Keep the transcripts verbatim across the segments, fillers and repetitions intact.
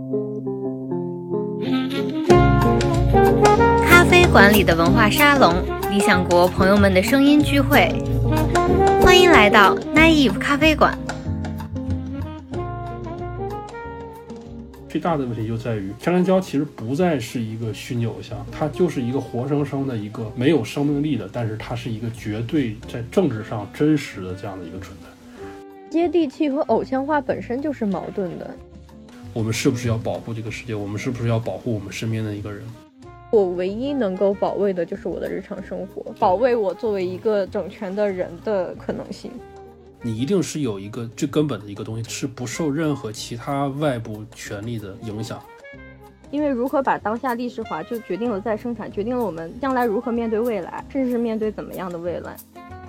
咖啡馆里的文化沙龙，理想国朋友们的声音聚会，欢迎来到 Naive 咖啡馆。 最大的问题就在于江山娇其实不再是一个虚拟偶像，它就是一个活生生的一个没有生命力的，但是它是一个绝对在政治上真实的这样的一个存在。 接地气和偶像化本身就是矛盾的。 我们是不是要保护这个世界？我们是不是要保护我们身边的一个人？ 我唯一能够保卫的就是我的日常生活，保卫我作为一个整全的人的可能性。 你一定是有一个最根本的一个东西，是不受任何其他外部权力的影响。 因为如何把当下历史化，就决定了再生产，决定了我们将来如何面对未来，甚至是面对怎么样的未来。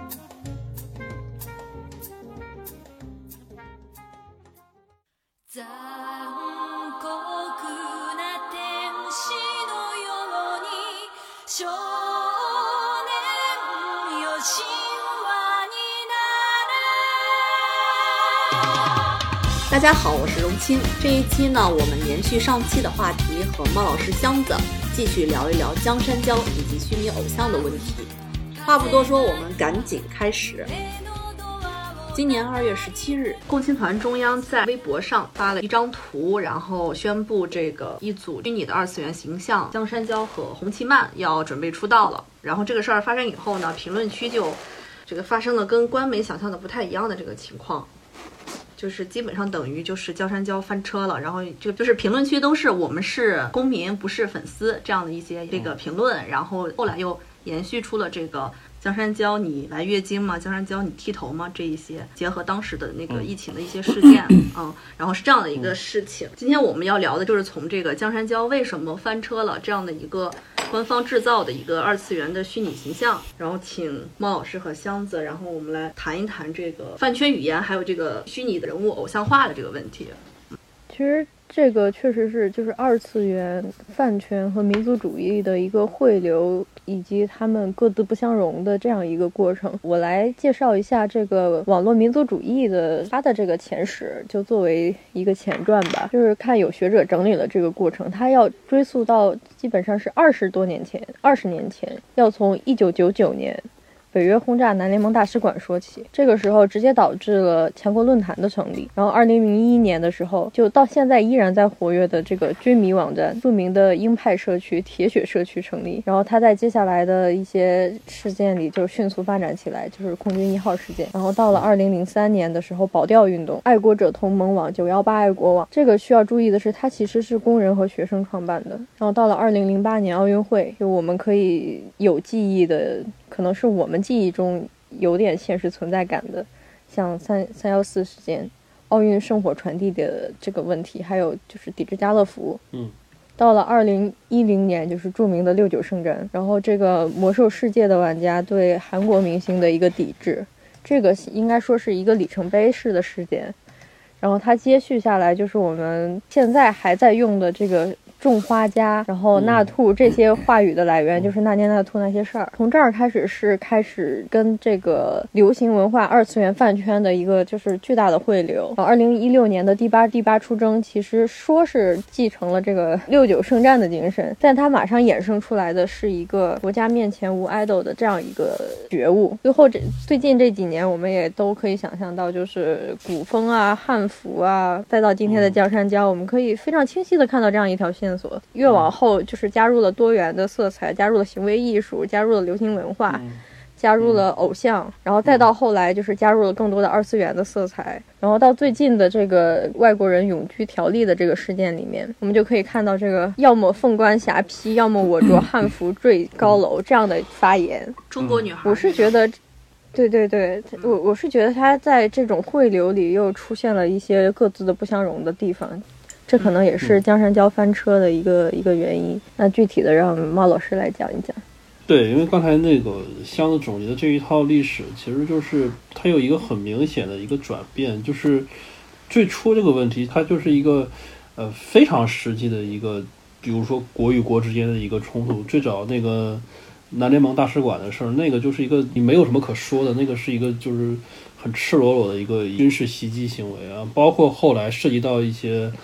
大家好，我是荣钦。这一期呢，我们延续上期的话题，和猫老师箱子继续聊一聊江山娇以及虚拟偶像的问题。话不多说，我们赶紧开始。今年二月十七日，共青团中央在微博上发了一张图，然后宣布这个一组虚拟的二次元形象江山娇和洪其曼要准备出道了。然后这个事儿发生以后呢，评论区就这个发生了跟官媒想象的不太一样的这个情况。就是基本上等于就是江山娇翻车了，然后就就是评论区都是我们是公民不是粉丝这样的一些这个评论，然后后来又延续出了这个江山娇你来月经吗？江山娇你剃头吗？这一些结合当时的那个疫情的一些事件，嗯，然后是这样的一个事情。今天我们要聊的就是从这个江山娇为什么翻车了这样的一个官方制造的一个二次元的虚拟形象，然后请猫老师和箱子，然后我们来谈一谈这个饭圈语言还有这个虚拟的人物偶像化的这个问题。 其实这个确实是就是二次元饭圈和民族主义的一个汇流，以及他们各自不相容的这样一个过程。我来介绍一下这个网络民族主义的它的这个前史，就作为一个前传吧。就是看有学者整理了这个过程，它要追溯到基本上是二十多年前，二十年前，要从一九九九年北约轰炸南联盟大使馆说起，这个时候直接导致了强国论坛的成立。然后二零零一年的时候，就到现在依然在活跃的这个军迷网站著名的鹰派社区铁血社区成立。然后它在接下来的一些事件里就迅速发展起来，就是空军一号事件。然后到了二零零三年的时候，保钓运动、爱国者同盟网、九一八爱国网。这个需要注意的是，它其实是工人和学生创办的。然后到了二零零八年奥运会，就我们可以有记忆的，可能是我们记忆中有点现实存在感的，像三三幺四事件、奥运圣火传递的这个问题，还有就是抵制家乐福。 嗯， 到了二零一零年，就是著名的六九圣战，然后这个魔兽世界的玩家对韩国明星的一个抵制，这个应该说是一个里程碑式的事件。然后它接续下来就是我们现在还在用的这个种花家，然后纳兔这些话语的来源，就是那年那兔那些事儿。从这儿开始是开始跟这个流行文化二次元饭圈的一个就是巨大的汇流。二零一六年的第八第八出征，其实说是继承了这个六九圣战的精神，但它马上衍生出来的是一个国家面前无 idol 的这样一个觉悟。最后这最近这几年，我们也都可以想象到，就是古风啊、汉服啊，再到今天的江山娇，我们可以非常清晰的看到这样一条线。越往后就是加入了多元的色彩，加入了行为艺术，加入了流行文化，加入了偶像，然后再到后来就是加入了更多的二次元的色彩，然后到最近的这个外国人永居条例的这个事件里面，我们就可以看到这个要么凤冠霞帔，要么我着汉服坠高楼这样的发言。 中国女孩， 我是觉得对对对，我我是觉得他在这种汇流里又出现了一些各自的不相容的地方，这可能也是江山娇翻车的一个、嗯、一个原因。那具体的让猫老师来讲一讲。 对，因为刚才那个箱子总结的这一套历史，其实就是它有一个很明显的一个转变，就是最初这个问题，它就是一个呃非常实际的一个，比如说国与国之间的一个冲突。最早那个南联盟大使馆的事儿，那个就是一个你没有什么可说的，那个是一个就是很赤裸裸的一个军事袭击行为啊，包括后来涉及到一些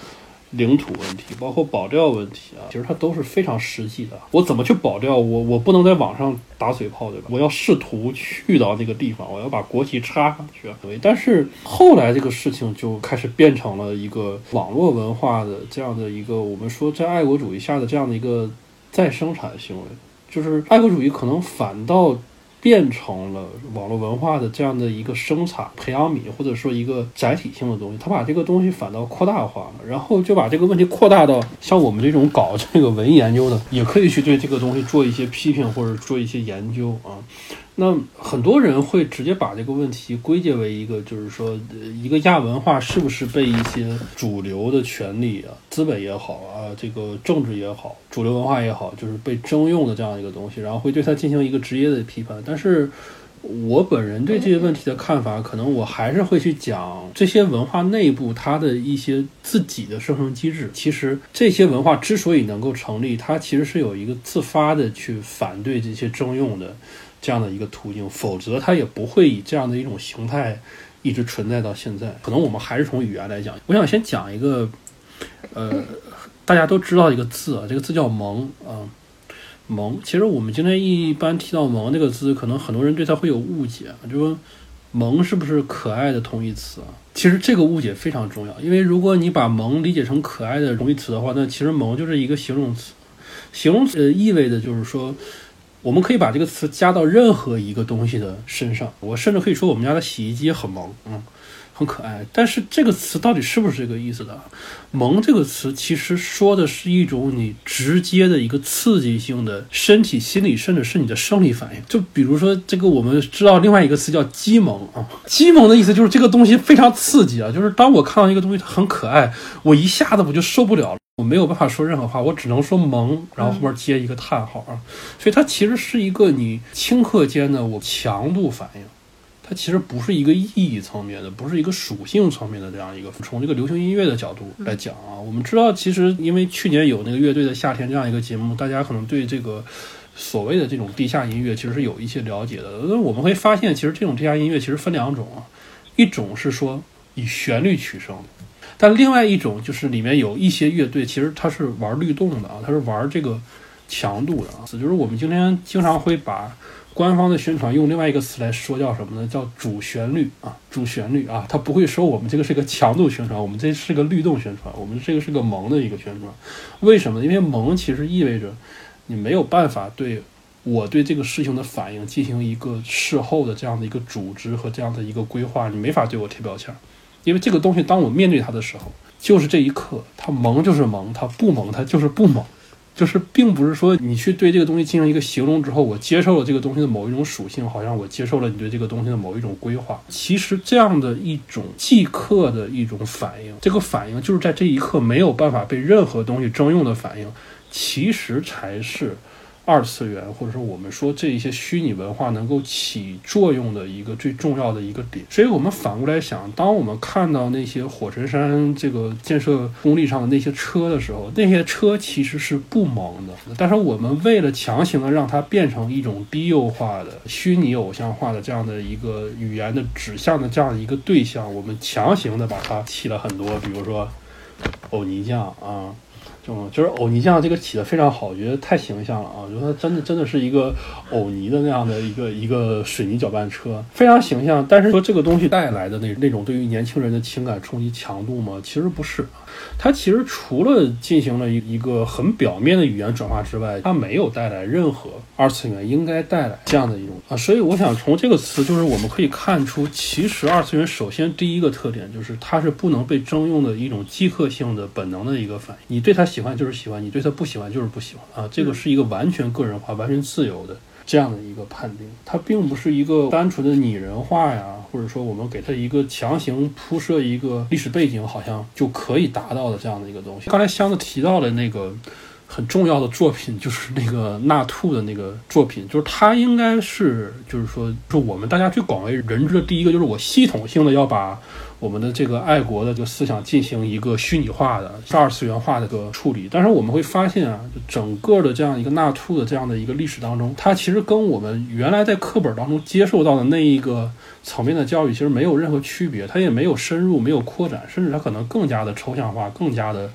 领土问题，包括保钓问题啊，其实它都是非常实际的。我怎么去保钓？我我不能在网上打嘴炮，对吧？我要试图去到那个地方，我要把国旗插上去。对，但是后来这个事情就开始变成了一个网络文化的这样的一个，我们说在爱国主义下的这样的一个再生产行为，就是爱国主义可能反倒变成了网络文化的这样的一个生产培养皿，或者说一个载体性的东西，它把这个东西反倒扩大化了，然后就把这个问题扩大到像我们这种搞这个文艺研究的，也可以去对这个东西做一些批评或者做一些研究啊。那很多人会直接把这个问题归结为一个，就是说一个亚文化是不是被一些主流的权利啊，资本也好啊，这个政治也好，主流文化也好，就是被征用的这样一个东西，然后会对它进行一个职业的批判。但是我本人对这些问题的看法，可能我还是会去讲这些文化内部它的一些自己的生成机制。其实这些文化之所以能够成立，它其实是有一个自发的去反对这些征用的这样的一个途径，否则它也不会以这样的一种形态一直存在到现在。可能我们还是从语言来讲，我想先讲一个呃大家都知道一个字啊，这个字叫蒙啊。蒙，其实我们今天一般提到蒙这个字，可能很多人对它会有误解，就说萌是不是可爱的同义词啊？其实这个误解非常重要，因为如果你把萌理解成可爱的同义词的话，那其实萌就是一个形容词。形容词、呃、意味的就是说，我们可以把这个词加到任何一个东西的身上。我甚至可以说我们家的洗衣机很萌，嗯，很可爱。但是这个词到底是不是这个意思的？萌这个词其实说的是一种你直接的一个刺激性的身体、心理，甚至是你的生理反应。就比如说这个我们知道另外一个词叫激萌啊，激萌的意思就是这个东西非常刺激啊，就是当我看到一个东西它很可爱，我一下子我就受不了了。我没有办法说任何话，我只能说萌，然后后面接一个叹号啊，所以它其实是一个你顷刻间的我强度反应，它其实不是一个意义层面的，不是一个属性层面的这样一个。从这个流行音乐的角度来讲啊，我们知道其实因为去年有那个乐队的夏天这样一个节目，大家可能对这个所谓的这种地下音乐其实是有一些了解的。我们会发现其实这种地下音乐其实分两种啊，一种是说以旋律取胜的，但另外一种就是里面有一些乐队其实它是玩律动的啊，它是玩这个强度的啊，就是我们今天经常会把官方的宣传用另外一个词来说，叫什么呢？叫主旋律啊，主旋律啊，他不会说我们这个是个强度宣传，我们这是个律动宣传，我们这个是个萌的一个宣传。为什么？因为萌其实意味着你没有办法对我对这个事情的反应进行一个事后的这样的一个组织和这样的一个规划，你没法对我贴标签。因为这个东西当我面对它的时候，就是这一刻，它萌就是萌，它不萌它就是不萌，就是并不是说你去对这个东西进行一个形容之后，我接受了这个东西的某一种属性，好像我接受了你对这个东西的某一种规划。其实这样的一种即刻的一种反应，这个反应就是在这一刻没有办法被任何东西征用的反应，其实才是二次元或者说我们说这一些虚拟文化能够起作用的一个最重要的一个点。所以我们反过来想，当我们看到那些火神山这个建设工地上的那些车的时候，那些车其实是不萌的，但是我们为了强行的让它变成一种低幼化的虚拟偶像化的这样的一个语言的指向的这样的一个对象，我们强行的把它起了很多，比如说欧尼酱啊，就是欧尼酱这个起的非常好，我觉得太形象了啊！我觉得它真的真的是一个欧尼的那样的一个一个水泥搅拌车，非常形象。但是说这个东西带来的那那种对于年轻人的情感冲击强度吗？其实不是。它其实除了进行了一个很表面的语言转化之外，它没有带来任何二次元应该带来这样的一种啊。所以我想从这个词，就是我们可以看出，其实二次元首先第一个特点就是它是不能被征用的一种即刻性的本能的一个反应。你对它喜欢就是喜欢，你对它不喜欢就是不喜欢啊。这个是一个完全个人化、完全自由的这样的一个判定，它并不是一个单纯的拟人化呀，或者说我们给它一个强行铺设一个历史背景，好像就可以达到的这样的一个东西。刚才箱子提到的那个很重要的作品，就是那个纳兔的那个作品，就是它应该是就是说，就我们大家最广为人知的第一个，就是我系统性的要把我们的这个爱国的这个思想进行一个虚拟化的二次元化的一个处理。但是我们会发现啊，就整个的这样一个纳兔的这样的一个历史当中，它其实跟我们原来在课本当中接受到的那一个层面的教育其实没有任何区别，它也没有深入，没有扩展，甚至它可能更加的抽象化，更加的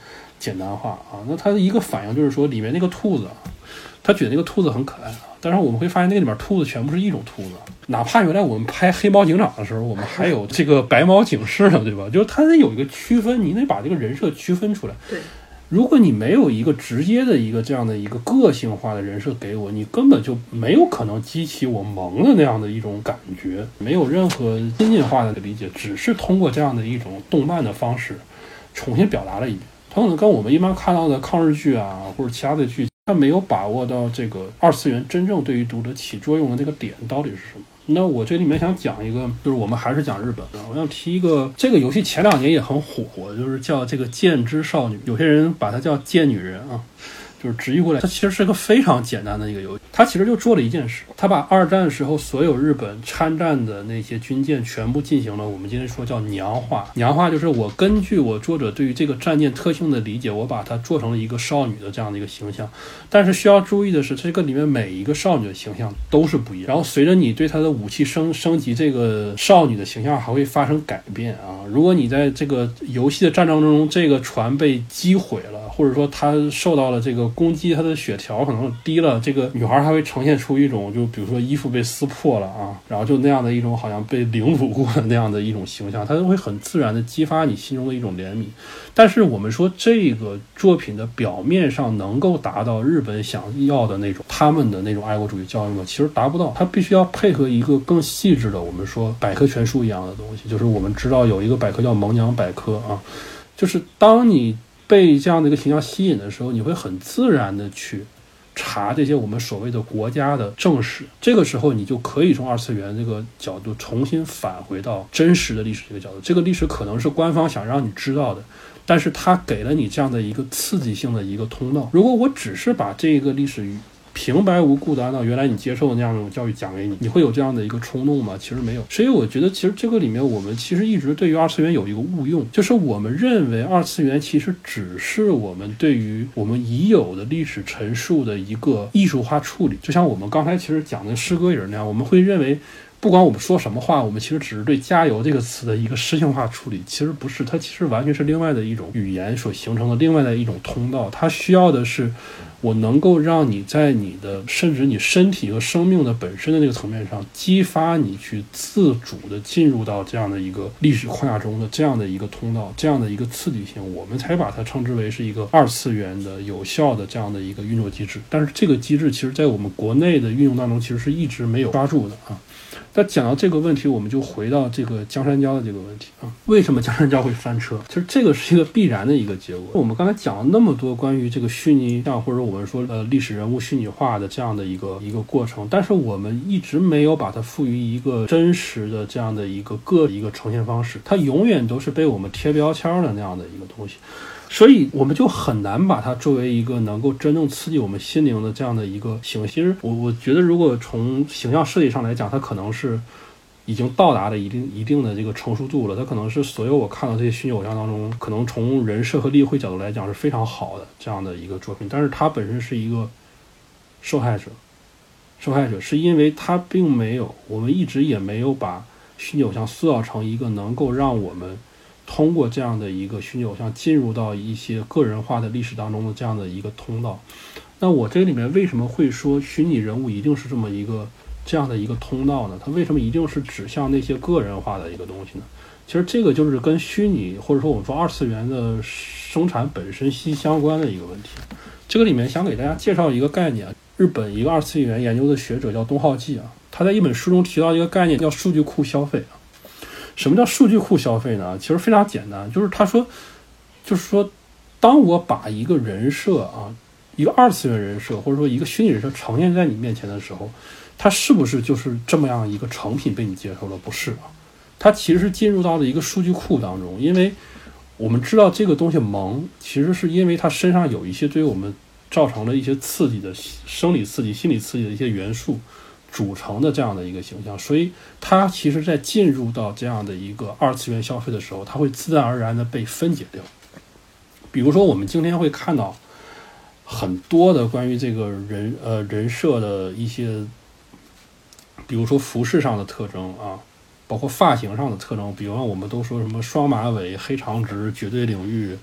简单化啊。那它的一个反应就是说，里面那个兔子啊，他觉得那个兔子很可爱啊，但是我们会发现那个里面兔子全部是一种兔子，哪怕原来我们拍黑猫警长的时候，我们还有这个白猫警士呢，对吧？就是它得有一个区分，你得把这个人设区分出来。 对。 如果你没有一个直接的一个这样的一个个性化的人设给我，你根本就没有可能激起我萌的那样的一种感觉，没有任何亲近化的理解，只是通过这样的一种动漫的方式重新表达了一遍。它可能跟我们一般看到的抗日剧啊或者其他的剧，它没有把握到这个二次元真正对于读者起作用的那个点到底是什么。那我这里面想讲一个，就是我们还是讲日本的，我想提一个，这个游戏前两年也很火，就是叫这个剑之少女，有些人把它叫剑女人啊，就是直译过来，它其实是个非常简单的一个游戏。它其实就做了一件事，它把二战时候所有日本参战的那些军舰全部进行了我们今天说叫娘化。娘化就是我根据我作者对于这个战舰特性的理解，我把它做成了一个少女的这样的一个形象。但是需要注意的是，这个里面每一个少女的形象都是不一样，然后随着你对她的武器升升级，这个少女的形象还会发生改变啊。如果你在这个游戏的战争中，这个船被击毁了，或者说她受到了这个攻击，她的血条可能低了，这个女孩还会呈现出一种，就比如说衣服被撕破了啊，然后就那样的一种好像被凌辱过的那样的一种形象，它会很自然的激发你心中的一种怜悯。但是我们说这个作品的表面上能够达到日本想要的那种他们的那种爱国主义教育吗？其实达不到，它必须要配合一个更细致的我们说百科全书一样的东西。就是我们知道有一个百科叫萌娘百科啊，就是当你被这样的一个形象吸引的时候，你会很自然的去查这些我们所谓的国家的正史，这个时候你就可以从二次元这个角度重新返回到真实的历史这个角度。这个历史可能是官方想让你知道的，但是它给了你这样的一个刺激性的一个通道。如果我只是把这个历史平白无故的按照原来你接受的那样的教育讲给你，你会有这样的一个冲动吗？其实没有。所以我觉得其实这个里面我们其实一直对于二次元有一个误用，就是我们认为二次元其实只是我们对于我们已有的历史陈述的一个艺术化处理。就像我们刚才其实讲的诗歌也是那样，我们会认为不管我们说什么话，我们其实只是对加油这个词的一个诗性化处理，其实不是，它其实完全是另外的一种语言所形成的另外的一种通道。它需要的是我能够让你在你的甚至你身体和生命的本身的那个层面上激发你去自主的进入到这样的一个历史框架中的这样的一个通道，这样的一个刺激性，我们才把它称之为是一个二次元的有效的这样的一个运作机制。但是这个机制其实在我们国内的运用当中其实是一直没有抓住的啊。那讲到这个问题，我们就回到这个江山椒的这个问题啊，为什么江山椒会翻车？其实这个是一个必然的一个结果。我们刚才讲了那么多关于这个虚拟像或者我们说呃历史人物虚拟化的这样的一个一个过程，但是我们一直没有把它赋予一个真实的这样的一个个一个呈现方式，它永远都是被我们贴标签的那样的一个东西。所以我们就很难把它作为一个能够真正刺激我们心灵的这样的一个形象。其实我我觉得如果从形象设计上来讲，它可能是已经到达了一定一定的这个成熟度了，它可能是所有我看到这些虚拟偶像当中可能从人设和立绘角度来讲是非常好的这样的一个作品。但是它本身是一个受害者，受害者是因为它并没有，我们一直也没有把虚拟偶像塑造成一个能够让我们通过这样的一个虚拟偶像进入到一些个人化的历史当中的这样的一个通道。那我这里面为什么会说虚拟人物一定是这么一个这样的一个通道呢？它为什么一定是指向那些个人化的一个东西呢？其实这个就是跟虚拟或者说我们说二次元的生产本身息息相关的一个问题。这个里面想给大家介绍一个概念，日本一个二次元研究的学者叫东浩纪啊，他在一本书中提到一个概念叫数据库消费啊。什么叫数据库消费呢？其实非常简单，就是他说就是说当我把一个人设啊，一个二次元人设或者说一个虚拟人设呈现在你面前的时候，它是不是就是这么样一个成品被你接受了？不是啊，它其实是进入到了一个数据库当中。因为我们知道这个东西萌，其实是因为它身上有一些对我们造成了一些刺激的生理刺激、心理刺激的一些元素组成的这样的一个形象，所以它其实在进入到这样的一个二次元消费的时候，它会自然而然的被分解掉。比如说我们今天会看到很多的关于这个人呃人设的一些，比如说服饰上的特征啊，包括发型上的特征，比如说我们都说什么双马尾、黑长直、绝对领域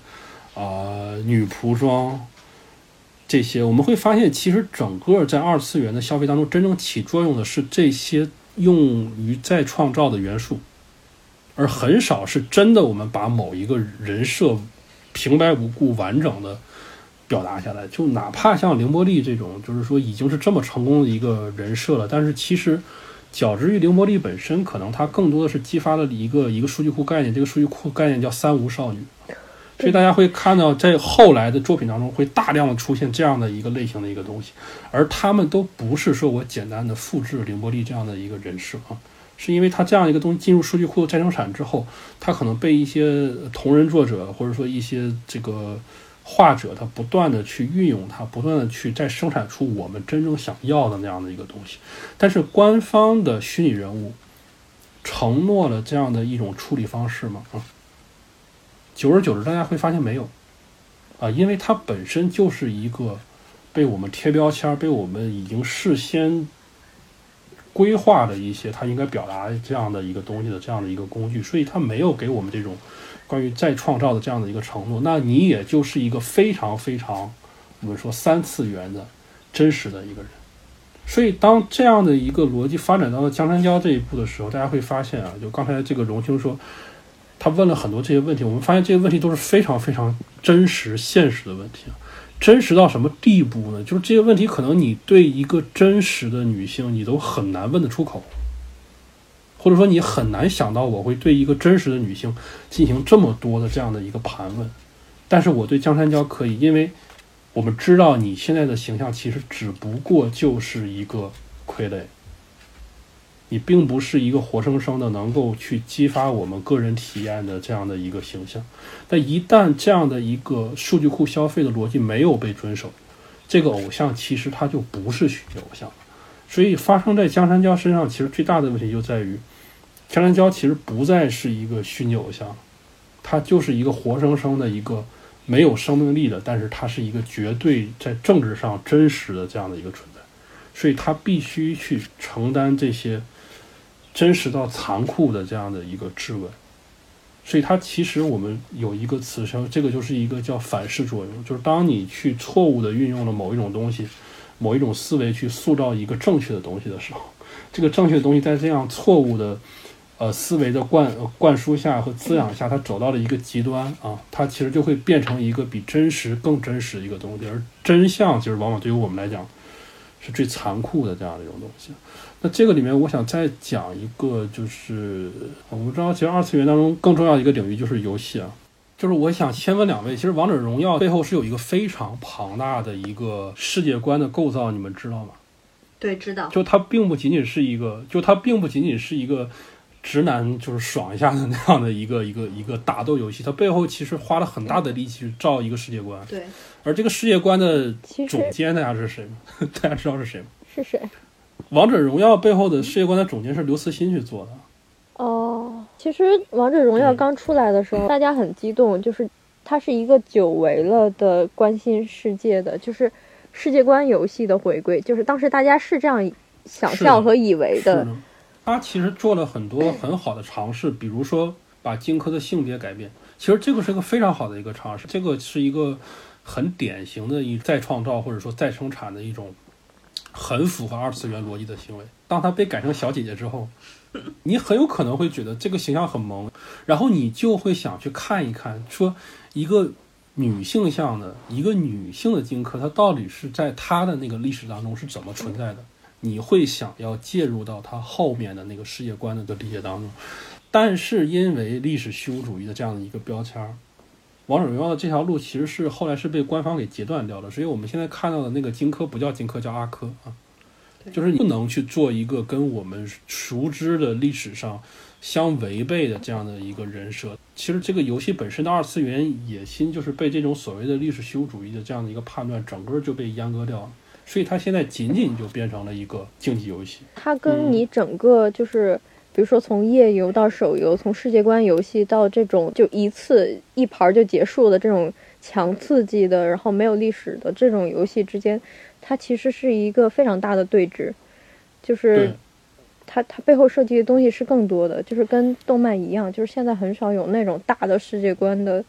啊、呃、女仆装这些，我们会发现其实整个在二次元的消费当中真正起作用的是这些用于再创造的元素，而很少是真的我们把某一个人设平白无故完整的表达下来。就哪怕像凌波丽这种就是说已经是这么成功的一个人设了，但是其实较之于凌波丽本身，可能它更多的是激发了一个一个数据库概念，这个数据库概念叫三无少女。所以大家会看到在后来的作品当中会大量的出现这样的一个类型的一个东西，而他们都不是说我简单的复制凌波丽这样的一个人设啊，是因为它这样一个东西进入数据库再生产之后，它可能被一些同人作者或者说一些这个画者他不断的去运用它，不断的去再生产出我们真正想要的那样的一个东西。但是官方的虚拟人物承诺了这样的一种处理方式吗？啊，久而久之大家会发现没有啊，因为它本身就是一个被我们贴标签，被我们已经事先规划的一些它应该表达这样的一个东西的这样的一个工具，所以它没有给我们这种关于再创造的这样的一个承诺。那你也就是一个非常非常我们说三次元的真实的一个人。所以当这样的一个逻辑发展到了江山娇这一步的时候，大家会发现啊，就刚才这个荣兄说他问了很多这些问题，我们发现这些问题都是非常非常真实现实的问题。真实到什么地步呢？就是这些问题可能你对一个真实的女性你都很难问得出口，或者说你很难想到我会对一个真实的女性进行这么多的这样的一个盘问。但是我对江山娇可以，因为我们知道你现在的形象其实只不过就是一个傀儡，你并不是一个活生生的能够去激发我们个人体验的这样的一个形象。但一旦这样的一个数据库消费的逻辑没有被遵守，这个偶像其实它就不是虚拟偶像。所以发生在江山娇身上其实最大的问题就在于，江山娇其实不再是一个虚拟偶像，它就是一个活生生的一个没有生命力的，但是它是一个绝对在政治上真实的这样的一个存在。所以它必须去承担这些真实到残酷的这样的一个质问。所以它其实我们有一个词称，这个就是一个叫反噬作用，就是当你去错误的运用了某一种东西某一种思维去塑造一个正确的东西的时候，这个正确的东西在这样错误的呃思维的灌呃灌输下和滋养下，它走到了一个极端啊，它其实就会变成一个比真实更真实的一个东西。而真相其实往往对于我们来讲是最残酷的这样的一种东西。那这个里面我想再讲一个，就是我们知道其实二次元当中更重要的一个领域就是游戏啊。就是我想先问两位，其实王者荣耀背后是有一个非常庞大的一个世界观的构造，你们知道吗？ 对，知道。 就它并不仅仅是一个就它并不仅仅是一个直男就是爽一下的那样的一个一个一个打斗游戏，它背后其实花了很大的力气去造一个世界观。 对。 而这个世界观的总监大家是谁吗？大家知道是谁吗？ 是谁？ 王者荣耀背后的世界观的总监是刘慈欣去做的。 哦，其实王者荣耀刚出来的时候、嗯、大家很激动，就是它是一个久违了的关心世界的就是世界观游戏的回归，就是当时大家是这样想象和以为的。 他其实做了很多很好的尝试，比如说把荆轲的性别改变，其实这个是个非常好的一个尝试，这个是一个很典型的一再创造或者说再生产的一种很符合二次元逻辑的行为。当它被改成小姐姐之后，你很有可能会觉得这个形象很萌，然后你就会想去看一看，说一个女性向的一个女性的荆轲，它到底是在她的那个历史当中是怎么存在的，你会想要介入到她后面的那个世界观的理解当中。但是因为历史虚无主义的这样的一个标签，王者荣耀的这条路其实是后来是被官方给截断掉了，所以我们现在看到的那个荆轲不叫荆轲，叫阿轲啊。就是你不能去做一个跟我们熟知的历史上相违背的这样的一个人设。其实这个游戏本身的二次元野心就是被这种所谓的历史虚无主义的这样的一个判断整个就被阉割掉了，所以它现在仅仅就变成了一个竞技游戏。 它跟你整个就是、嗯、比如说从页游到手游，从世界观游戏到这种就一次一盘就结束的这种强刺激的然后没有历史的这种游戏之间，它其实是一个非常大的对峙，就是它它背后设计的东西是更多的，就是跟动漫一样，就是现在很少有那种大的世界观的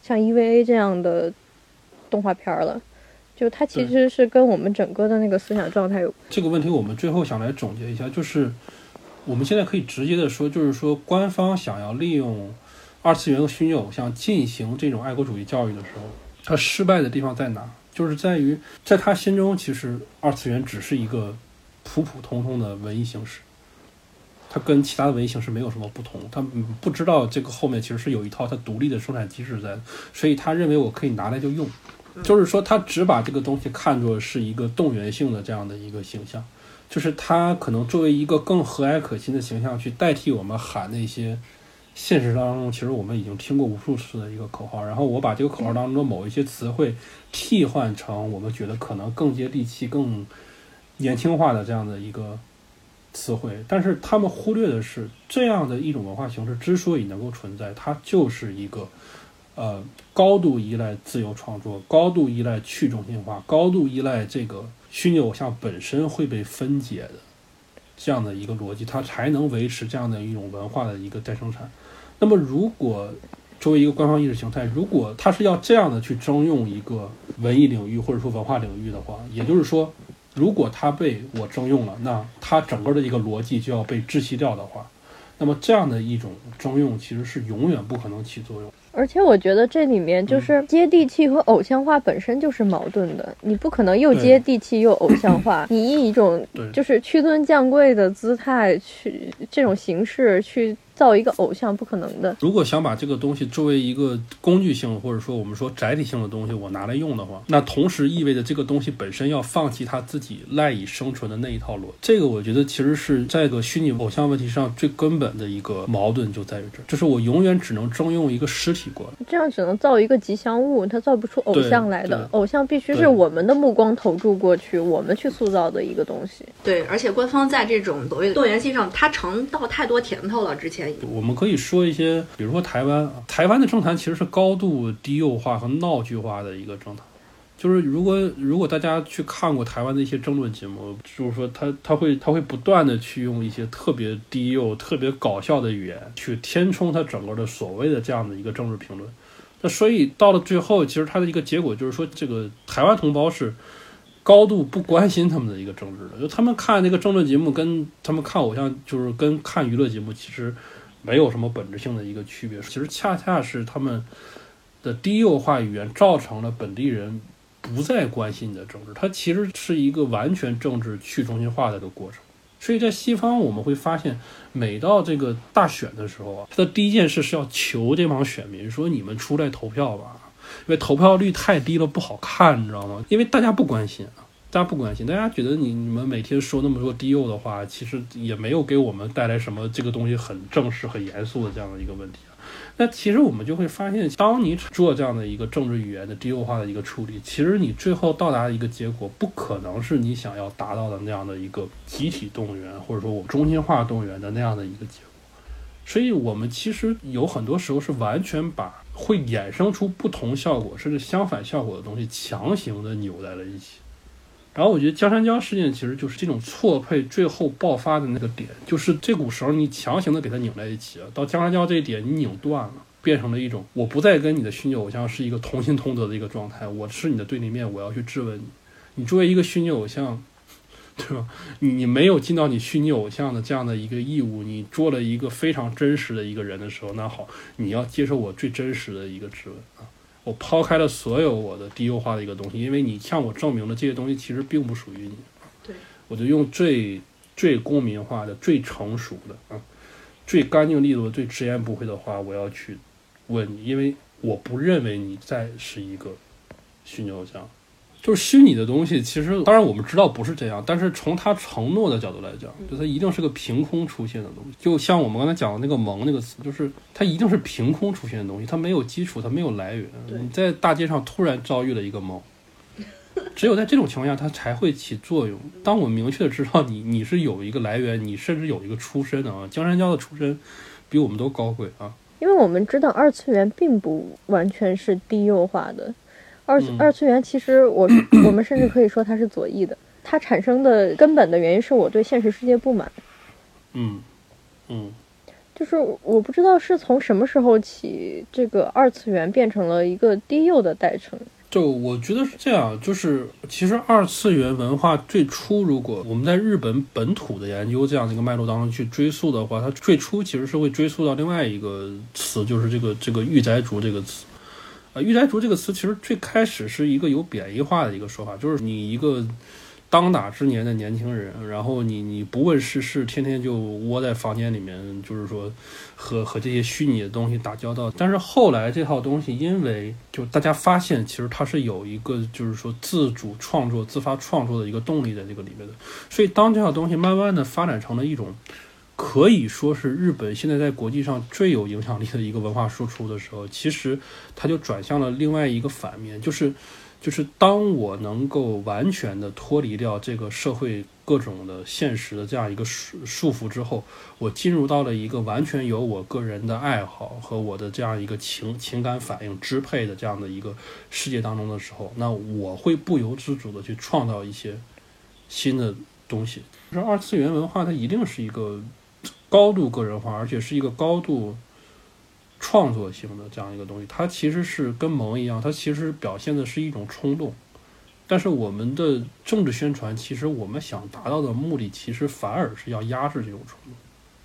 像 E V A 这样的动画片了。就它其实是跟我们整个的那个思想状态有这个问题。我们最后想来总结一下，就是我们现在可以直接的说，就是说官方想要利用二次元和虚拟偶像进行这种爱国主义教育的时候，它失败的地方在哪？就是在于在他心中，其实二次元只是一个普普通通的文艺形式，它跟其他的文艺形式没有什么不同。他不知道这个后面其实是有一套它独立的生产机制在，所以他认为我可以拿来就用。就是说他只把这个东西看作是一个动员性的这样的一个形象，就是他可能作为一个更和蔼可亲的形象去代替我们喊那些现实当中其实我们已经听过无数次的一个口号，然后我把这个口号当中的某一些词汇替换成我们觉得可能更接地气更年轻化的这样的一个词汇。但是他们忽略的是，这样的一种文化形式之所以能够存在，它就是一个呃，高度依赖自由创作，高度依赖去中心化，高度依赖这个虚拟偶像本身会被分解的这样的一个逻辑，它才能维持这样的一种文化的一个再生产。那么如果作为一个官方意识形态，如果它是要这样的去征用一个文艺领域或者说文化领域的话，也就是说如果它被我征用了，那它整个的一个逻辑就要被窒息掉的话，那么这样的一种征用其实是永远不可能起作用。 而且我觉得这里面就是接地气和偶像化本身就是矛盾的，你不可能又接地气又偶像化，你以一种就是屈尊降贵的姿态去这种形式去造一个偶像，不可能的。 如果想把这个东西作为一个工具性或者说我们说载体性的东西我拿来用的话，那同时意味着这个东西本身要放弃它自己赖以生存的那一套逻辑。这个我觉得其实是在这个虚拟偶像问题上最根本的一个矛盾就在于这，就是我永远只能征用一个实体过来， 这样只能造一个吉祥物，它造不出偶像来的。偶像必须是我们的目光投注过去，我们去塑造的一个东西。 对，而且官方在这种所谓的动员性上，它尝到太多甜头了。之前我们可以说一些，比如说台湾，台湾的政坛其实是高度低幼化和闹剧化的一个政坛。就是如果如果大家去看过台湾的一些争论节目，就是说他他会他会不断的去用一些特别低幼、特别搞笑的语言去填充他整个的所谓的这样的一个政治评论。那所以到了最后，其实他的一个结果就是说，这个台湾同胞是高度不关心他们的一个政治的，就他们看那个政论节目跟他们看偶像，就是跟看娱乐节目其实没有什么本质性的一个区别。其实恰恰是他们的低幼化语言造成了本地人不再关心你的政治，它其实是一个完全政治去中心化的一个过程。所以在西方我们会发现，每到这个大选的时候啊，他的第一件事是要求这帮选民说，你们出来投票吧，因为投票率太低了不好看，你知道吗？因为大家不关心啊，大家不关心，大家觉得你你们每天说那么多低幼的话，其实也没有给我们带来什么这个东西很正式很严肃的这样的一个问题。那其实我们就会发现，当你做这样的一个政治语言的低幼化的一个处理，其实你最后到达的一个结果不可能是你想要达到的那样的一个集体动员或者说我们中心化动员的那样的一个结果。所以我们其实有很多时候是完全把会衍生出不同效果甚至相反效果的东西强行的扭在了一起。然后我觉得江山椒事件其实就是这种错配最后爆发的那个点，就是这股绳你强行的给它拧在一起了，到江山椒这一点你拧断了，变成了一种我不再跟你的虚拟偶像是一个同心同德的一个状态，我是你的对立面，我要去质问你。你作为一个虚拟偶像，对吧？你你没有尽到你虚拟偶像的这样的一个义务，你做了一个非常真实的一个人的时候，那好，你要接受我最真实的一个质问啊。我抛开了所有我的低幼化的一个东西，因为你向我证明了这些东西其实并不属于你。 对， 我就用最最公民化的、最成熟的、啊、最干净利落的、最直言不讳的话，我要去问你，因为我不认为你再是一个虚拟偶像。就是虚拟的东西，其实当然我们知道不是这样，但是从他承诺的角度来讲，就它一定是个凭空出现的东西。就像我们刚才讲的那个萌那个词，就是它一定是凭空出现的东西，它没有基础，它没有来源。你在大街上突然遭遇了一个萌，只有在这种情况下它才会起作用。当我明确的知道你你是有一个来源，你甚至有一个出身的啊，江山椒的出身比我们都高贵啊。 因为我们知道二次元并不完全是低幼化的。二次、嗯、二次元其实我我们甚至可以说它是左翼的，它产生的根本的原因是我对现实世界不满。 嗯嗯， 就是我不知道是从什么时候起，这个二次元变成了一个低幼的代称。 就我觉得是这样，就是其实二次元文化最初，如果我们在日本本土的研究这样的一个脉络当中去追溯的话，它最初其实是会追溯到另外一个词，就是这个这个御宅族这个词。呃，御宅族这个词其实最开始是一个有贬义化的一个说法，就是你一个当打之年的年轻人，然后你你不问世事，天天就窝在房间里面，就是说和和这些虚拟的东西打交道。但是后来这套东西，因为就大家发现，其实它是有一个就是说自主创作、自发创作的一个动力在这个里面的。所以当这套东西慢慢的发展成了一种可以说是日本现在在国际上最有影响力的一个文化输出的时候，其实它就转向了另外一个反面，就是就是当我能够完全的脱离掉这个社会各种的现实的这样一个束束缚之后，我进入到了一个完全由我个人的爱好和我的这样一个情情感反应支配的这样的一个世界当中的时候，那我会不由自主的去创造一些新的东西。就是二次元文化它一定是一个高度个人化，而且是一个高度创作性的这样一个东西。它其实是跟萌一样，它其实表现的是一种冲动，但是我们的政治宣传，其实我们想达到的目的，其实反而是要压制这种冲动，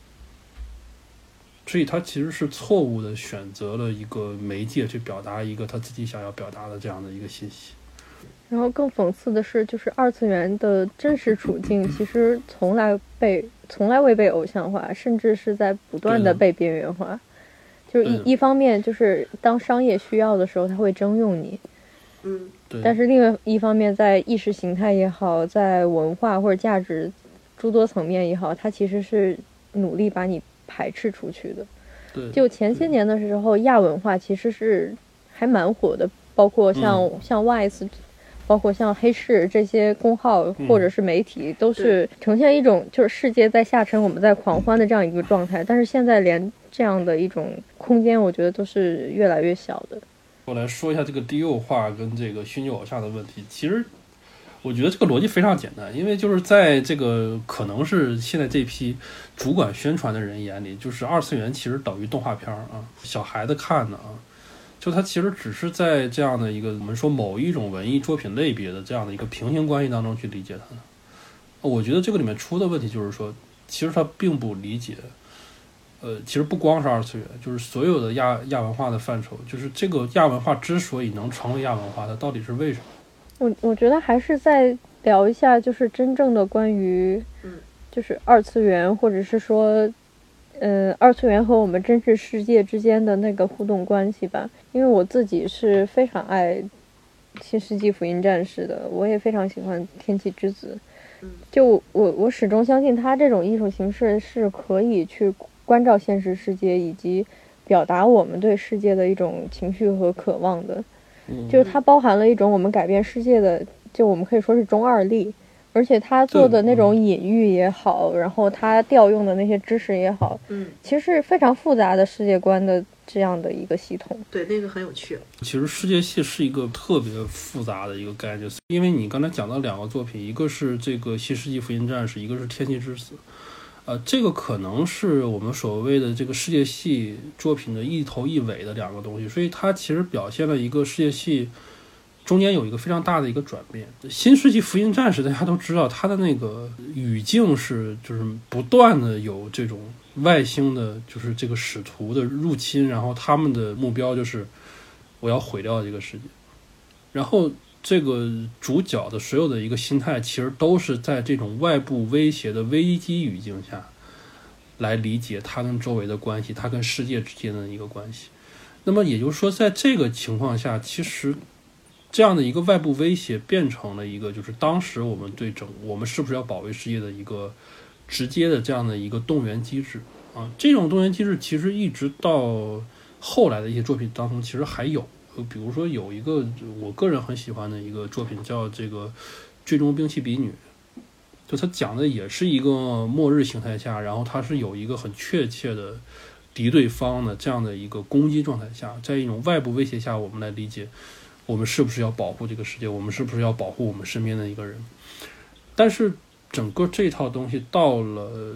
所以它其实是错误的选择了一个媒介去表达一个他自己想要表达的这样的一个信息。 然后更讽刺的是，就是二次元的真实处境其实从来被从来未被偶像化，甚至是在不断的被边缘化。就是一一方面，就是当商业需要的时候，他会征用你， 嗯， 对。 但是另外一方面，在意识形态也好，在文化或者价值诸多层面也好，它其实是努力把你排斥出去的。 对。 就前些年的时候，亚文化其实是还蛮火的，包括像、嗯、像 Y S。包括像黑市这些公号或者是媒体，都是呈现一种就是世界在下沉，我们在狂欢的这样一个状态。但是现在连这样的一种空间，我觉得都是越来越小的。 我来说一下这个低幼化跟这个虚拟偶像的问题。其实我觉得这个逻辑非常简单，因为就是在这个可能是现在这批主管宣传的人眼里，就是二次元其实等于动画片啊，小孩子看的啊。就它其实只是在这样的一个我们说某一种文艺作品类别的这样的一个平行关系当中去理解它的。我觉得这个里面出的问题就是说，其实它并不理解，呃，其实不光是二次元，就是所有的亚亚文化的范畴，就是这个亚文化之所以能成为亚文化，它到底是为什么？ 我我觉得还是再聊一下，就是真正的关于，就是二次元，或者是说。嗯，二次元和我们真实世界之间的那个互动关系吧，因为我自己是非常爱《新世纪福音战士》的，我也非常喜欢《天气之子》。就我我始终相信，它这种艺术形式是可以去关照现实世界，以及表达我们对世界的一种情绪和渴望的。就是它包含了一种我们改变世界的，就我们可以说是中二力。而且他做的那种隐喻也好，然后他调用的那些知识也好， 嗯， 其实是非常复杂的世界观的这样的一个系统。 对，那个很有趣。 其实世界系是一个特别复杂的一个概念，因为你刚才讲到两个作品，一个是这个《新世纪福音战士》，一个是《天气之子》。呃，这个可能是我们所谓的这个世界系作品的一头一尾的两个东西，所以它其实表现了一个世界系。中间有一个非常大的一个转变。新世纪福音战士大家都知道，它的那个语境是就是不断的有这种外星的，就是这个使徒的入侵，然后他们的目标就是我要毁掉这个世界。然后这个主角的所有的一个心态，其实都是在这种外部威胁的危机语境下来理解他跟周围的关系，他跟世界之间的一个关系。那么也就是说，在这个情况下，其实这样的一个外部威胁变成了一个就是当时我们对整我们是不是要保卫世界的一个直接的这样的一个动员机制啊。这种动员机制其实一直到后来的一些作品当中其实还有，比如说有一个我个人很喜欢的一个作品叫这个最终兵器比女，就它讲的也是一个末日形态下，然后它是有一个很确切的敌对方的这样的一个攻击状态下，在一种外部威胁下，我们来理解我们是不是要保护这个世界，我们是不是要保护我们身边的一个人。但是整个这套东西到了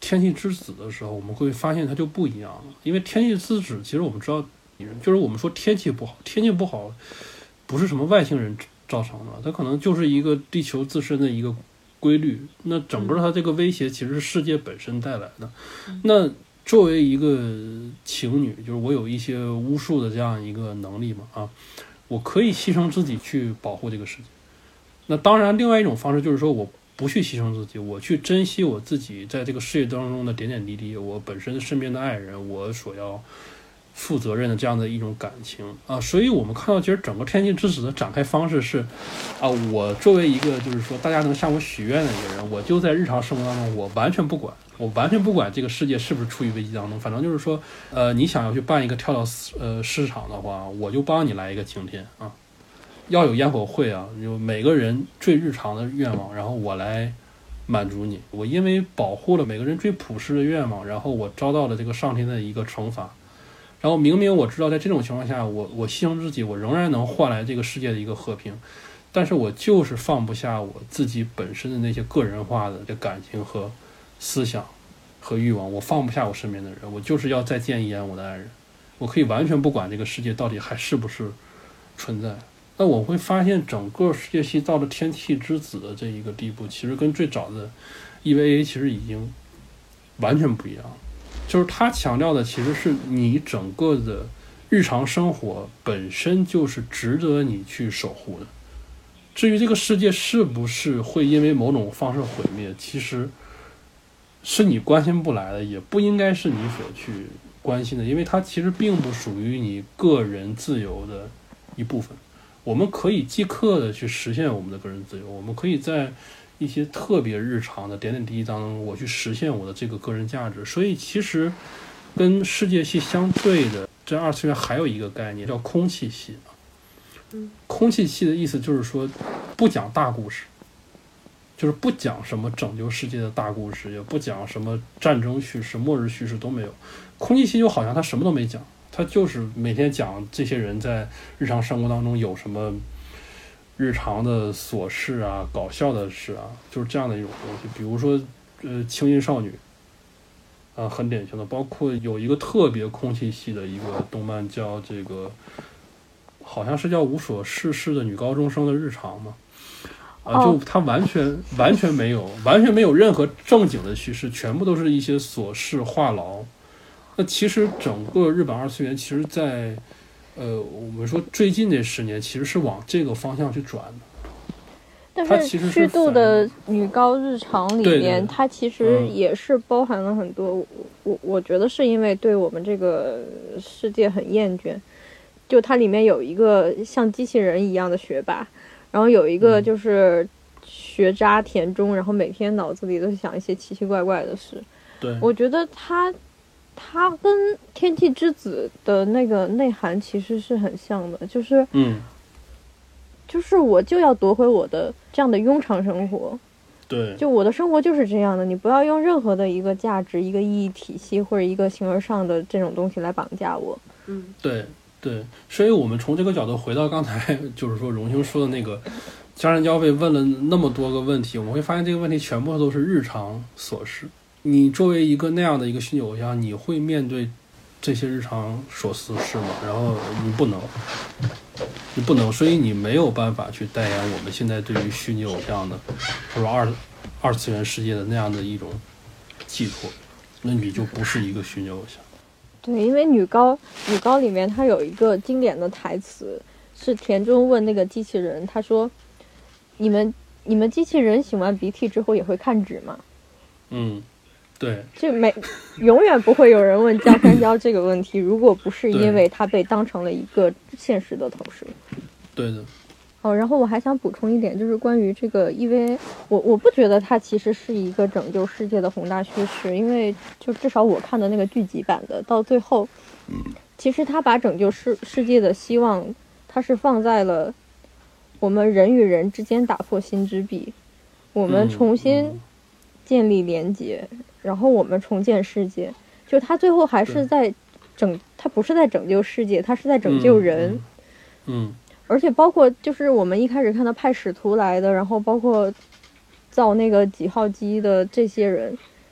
天气之子的时候，我们会发现它就不一样了。因为天气之子，其实我们知道，就是我们说天气不好，天气不好不是什么外星人造成的，它可能就是一个地球自身的一个规律。那整个它这个威胁其实是世界本身带来的。那作为一个情侣，就是我有一些巫术的这样一个能力嘛，啊，我可以牺牲自己去保护这个世界。那当然，另外一种方式就是说，我不去牺牲自己，我去珍惜我自己在这个世界当中的点点滴滴，我本身身边的爱人，我所要负责任的这样的一种感情啊。所以我们看到，其实整个天气之子的展开方式是啊，我作为一个就是说大家能向我许愿的一个人，我就在日常生活当中，我完全不管，我完全不管这个世界是不是处于危机当中，反正就是说，呃，你想要去办一个跳蚤呃市场的话，我就帮你来一个晴天啊。要有烟火会啊，就每个人最日常的愿望，然后我来满足你。我因为保护了每个人最朴实的愿望，然后我遭到了这个上天的一个惩罚。然后明明我知道在这种情况下，我我牺牲自己，我仍然能换来这个世界的一个和平，但是我就是放不下我自己本身的那些个人化的这感情和思想和欲望，我放不下我身边的人，我就是要再见一眼我的爱人，我可以完全不管这个世界到底还是不是存在。那我会发现整个世界系到了天气之子的这一个地步，其实跟最早的 E V A 其实已经完全不一样。就是他强调的其实是你整个的日常生活本身就是值得你去守护的。至于这个世界是不是会因为某种方式毁灭，其实是你关心不来的，也不应该是你所去关心的，因为它其实并不属于你个人自由的一部分。我们可以即刻的去实现我们的个人自由，我们可以在一些特别日常的点点滴滴当中，我去实现我的这个个人价值。所以其实跟世界系相对的，这二次元还有一个概念叫空气系。空气系的意思就是说不讲大故事，就是不讲什么拯救世界的大故事，也不讲什么战争叙事、末日叙事都没有。空气系就好像他什么都没讲，他就是每天讲这些人在日常生活当中有什么日常的琐事啊、搞笑的事啊，就是这样的一种东西。比如说，呃，青音少女，啊、呃，很典型的。包括有一个特别空气系的一个动漫，叫这个，好像是叫无所事事的女高中生的日常嘛。啊、呃，就它完全完全没有，完全没有任何正经的叙事，全部都是一些琐事话痨。那其实整个日本二次元，其实在呃，我们说最近这十年，其实是往这个方向去转的。 但是虚度的女高日常里面， 对对它其实也是包含了很多。嗯、我我觉得是因为对我们这个世界很厌倦，就它里面有一个像机器人一样的学霸，然后有一个就是学渣田中，然后每天脑子里都是想一些奇奇怪怪的事。 对， 我觉得他。它跟天气之子的那个内涵其实是很像的，就是嗯， 就是我就要夺回我的这样的庸常生活， 对， 就我的生活就是这样的，你不要用任何的一个价值、一个意义体系或者一个形而上的这种东西来绑架我。 嗯， 对对，所以我们从这个角度回到刚才就是说荣兄说的那个江山娇被问了那么多个问题，我们会发现这个问题全部都是日常琐事。你作为一个那样的一个虚拟偶像，你会面对这些日常琐事是吗？然后你不能，你不能，所以你没有办法去代言我们现在对于虚拟偶像的，或者二二次元世界的那样的一种寄托，那你就不是一个虚拟偶像。 对，因为女高女高里面它有一个经典的台词，是田中问那个机器人，他说：“你们你们机器人擤完鼻涕之后也会看纸吗？” 嗯。对， 就没永远不会有人问江山娇这个问题，如果不是因为他被当成了一个现实的投射。 对的。 哦，然后我还想补充一点，就是关于这个 E V A， 我我不觉得它其实是一个拯救世界的宏大叙事，因为就至少我看的那个剧集版的，到最后，其实他把拯救世世界的希望，它是放在了我们人与人之间打破心之壁，我们重新建立连结。嗯嗯然后我们重建世界，就他最后还是在拯，他不是在拯救世界，他是在拯救人。 嗯，嗯而且包括就是我们一开始看到派使徒来的，然后包括造那个几号机的这些人，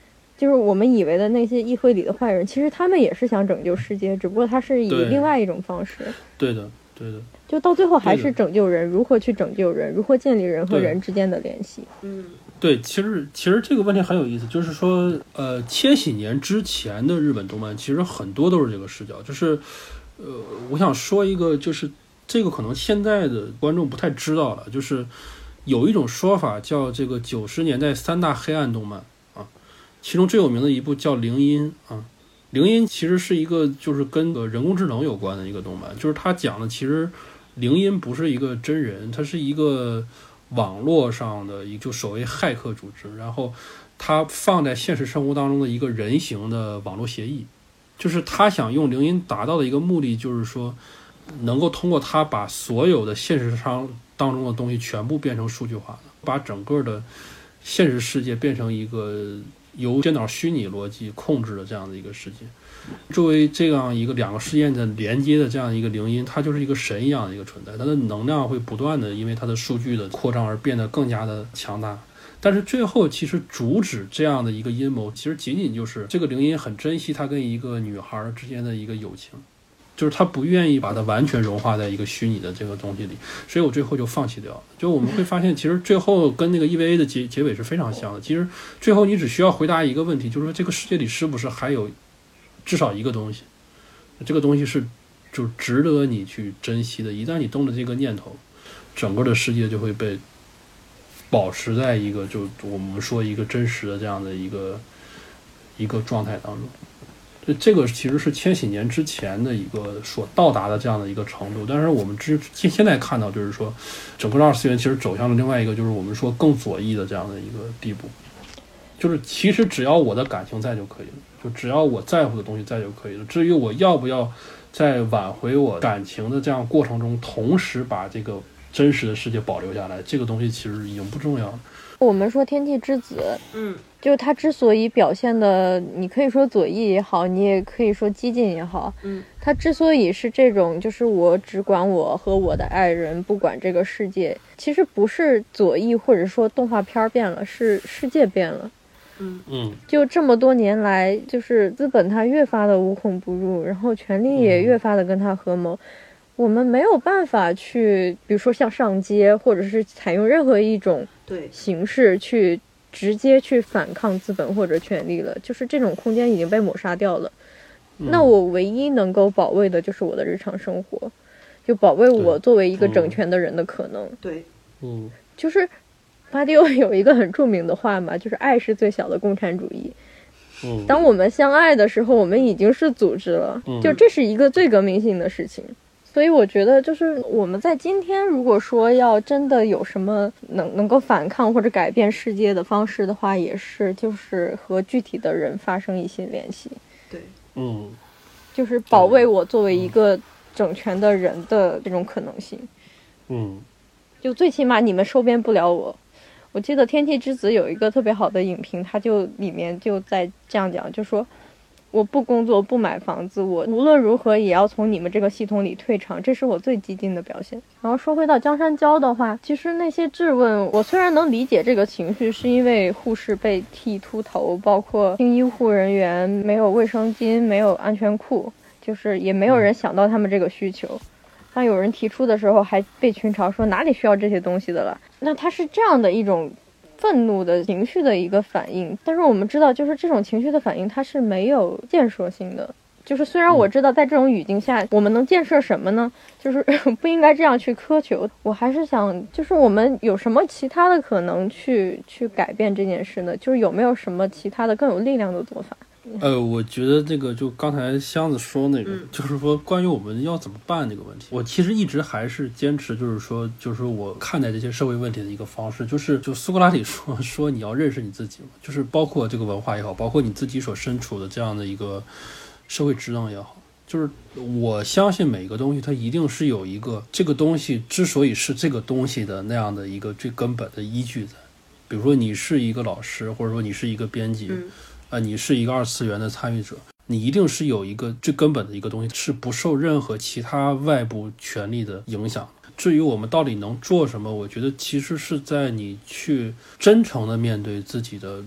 就是我们以为的那些议会里的坏人，其实他们也是想拯救世界，只不过他是以另外一种方式。 对的，对的。 就到最后还是拯救人，如何去拯救人，如何建立人和人之间的联系。 嗯， 对，其实其实这个问题很有意思，就是说，呃，千禧年之前的日本动漫其实很多都是这个视角，就是，呃，我想说一个，就是这个可能现在的观众不太知道了，就是有一种说法叫这个九十年代三大黑暗动漫啊，其中最有名的一部叫《铃音》啊，《铃音》其实是一个就是跟人工智能有关的一个动漫，就是它讲的其实铃音不是一个真人，它是一个网络上的一就所谓骇客组织，然后它放在现实生活当中的一个人形的网络协议，就是他想用铃音达到的一个目的，就是说能够通过它把所有的现实上当中的东西全部变成数据化的，把整个的现实世界变成一个由电脑虚拟逻辑控制的这样的一个世界。作为这样一个两个事件的连接的这样一个铃音，它就是一个神一样的一个存在，它的能量会不断的因为它的数据的扩张而变得更加的强大。但是最后其实阻止这样的一个阴谋，其实仅仅就是这个铃音很珍惜他跟一个女孩之间的一个友情，就是他不愿意把它完全融化在一个虚拟的这个东西里，所以我最后就放弃掉了。就我们会发现其实最后跟那个 E V A 的结结尾是非常像的，其实最后你只需要回答一个问题，就是说这个世界里是不是还有至少一个东西，这个东西是就值得你去珍惜的，一旦你动了这个念头，整个的世界就会被保持在一个就我们说一个真实的这样的一个一个状态当中。这个其实是千禧年之前的一个所到达的这样的一个程度，但是我们之现在看到就是说整个二次元其实走向了另外一个就是我们说更左翼的这样的一个地步，就是其实只要我的感情在就可以了，就只要我在乎的东西在就可以了，至于我要不要在挽回我感情的这样过程中同时把这个真实的世界保留下来，这个东西其实已经不重要了。 我们说天气之子， 嗯， 就是他之所以表现的，你可以说左翼也好，你也可以说激进也好， 嗯， 他之所以是这种，就是我只管我和我的爱人，不管这个世界，其实不是左翼或者说动画片变了，是世界变了。 嗯嗯， 就这么多年来，就是资本它越发的无孔不入，然后权力也越发的跟他合谋。嗯，我们没有办法去比如说像上街或者是采用任何一种形式去直接去反抗资本或者权力了，就是这种空间已经被抹杀掉了。嗯，那我唯一能够保卫的就是我的日常生活，就保卫我作为一个整全的人的可能。 对， 嗯， 就是巴蒂欧有一个很著名的话嘛，就是爱是最小的共产主义。 嗯， 当我们相爱的时候，我们已经是组织了， 嗯， 就这是一个最革命性的事情。所以我觉得就是我们在今天如果说要真的有什么能能够反抗或者改变世界的方式的话，也是就是和具体的人发生一些联系。 对， 嗯， 就是保卫我作为一个整全的人的这种可能性。 嗯， 就最起码你们收编不了我。我记得天气之子有一个特别好的影评，它就里面就在这样讲，就说我不工作不买房子，我无论如何也要从你们这个系统里退场，这是我最激进的表现。然后说回到江山娇的话，其实那些质问我虽然能理解这个情绪，是因为护士被剃秃头，包括听医护人员没有卫生巾没有安全裤，就是也没有人想到他们这个需求。当有人提出的时候还被群嘲说哪里需要这些东西的了，那他是这样的一种愤怒的情绪的一个反应。但是我们知道就是这种情绪的反应它是没有建设性的，就是虽然我知道在这种语境下我们能建设什么呢，就是不应该这样去苛求，我还是想就是我们有什么其他的可能去去改变这件事呢，就是有没有什么其他的更有力量的做法。 呃，我觉得这个就刚才箱子说那个、嗯、就是说关于我们要怎么办这个问题，我其实一直还是坚持就是说就是我看待这些社会问题的一个方式，就是就苏格拉底说说你要认识你自己嘛，就是包括这个文化也好，包括你自己所身处的这样的一个社会职能也好，就是我相信每个东西它一定是有一个这个东西之所以是这个东西的那样的一个最根本的依据在。比如说你是一个老师，或者说你是一个编辑、嗯呃、你是一个二次元的参与者，你一定是有一个最根本的一个东西是不受任何其他外部权力的影响。至于我们到底能做什么，我觉得其实是在你去真诚的面对自己的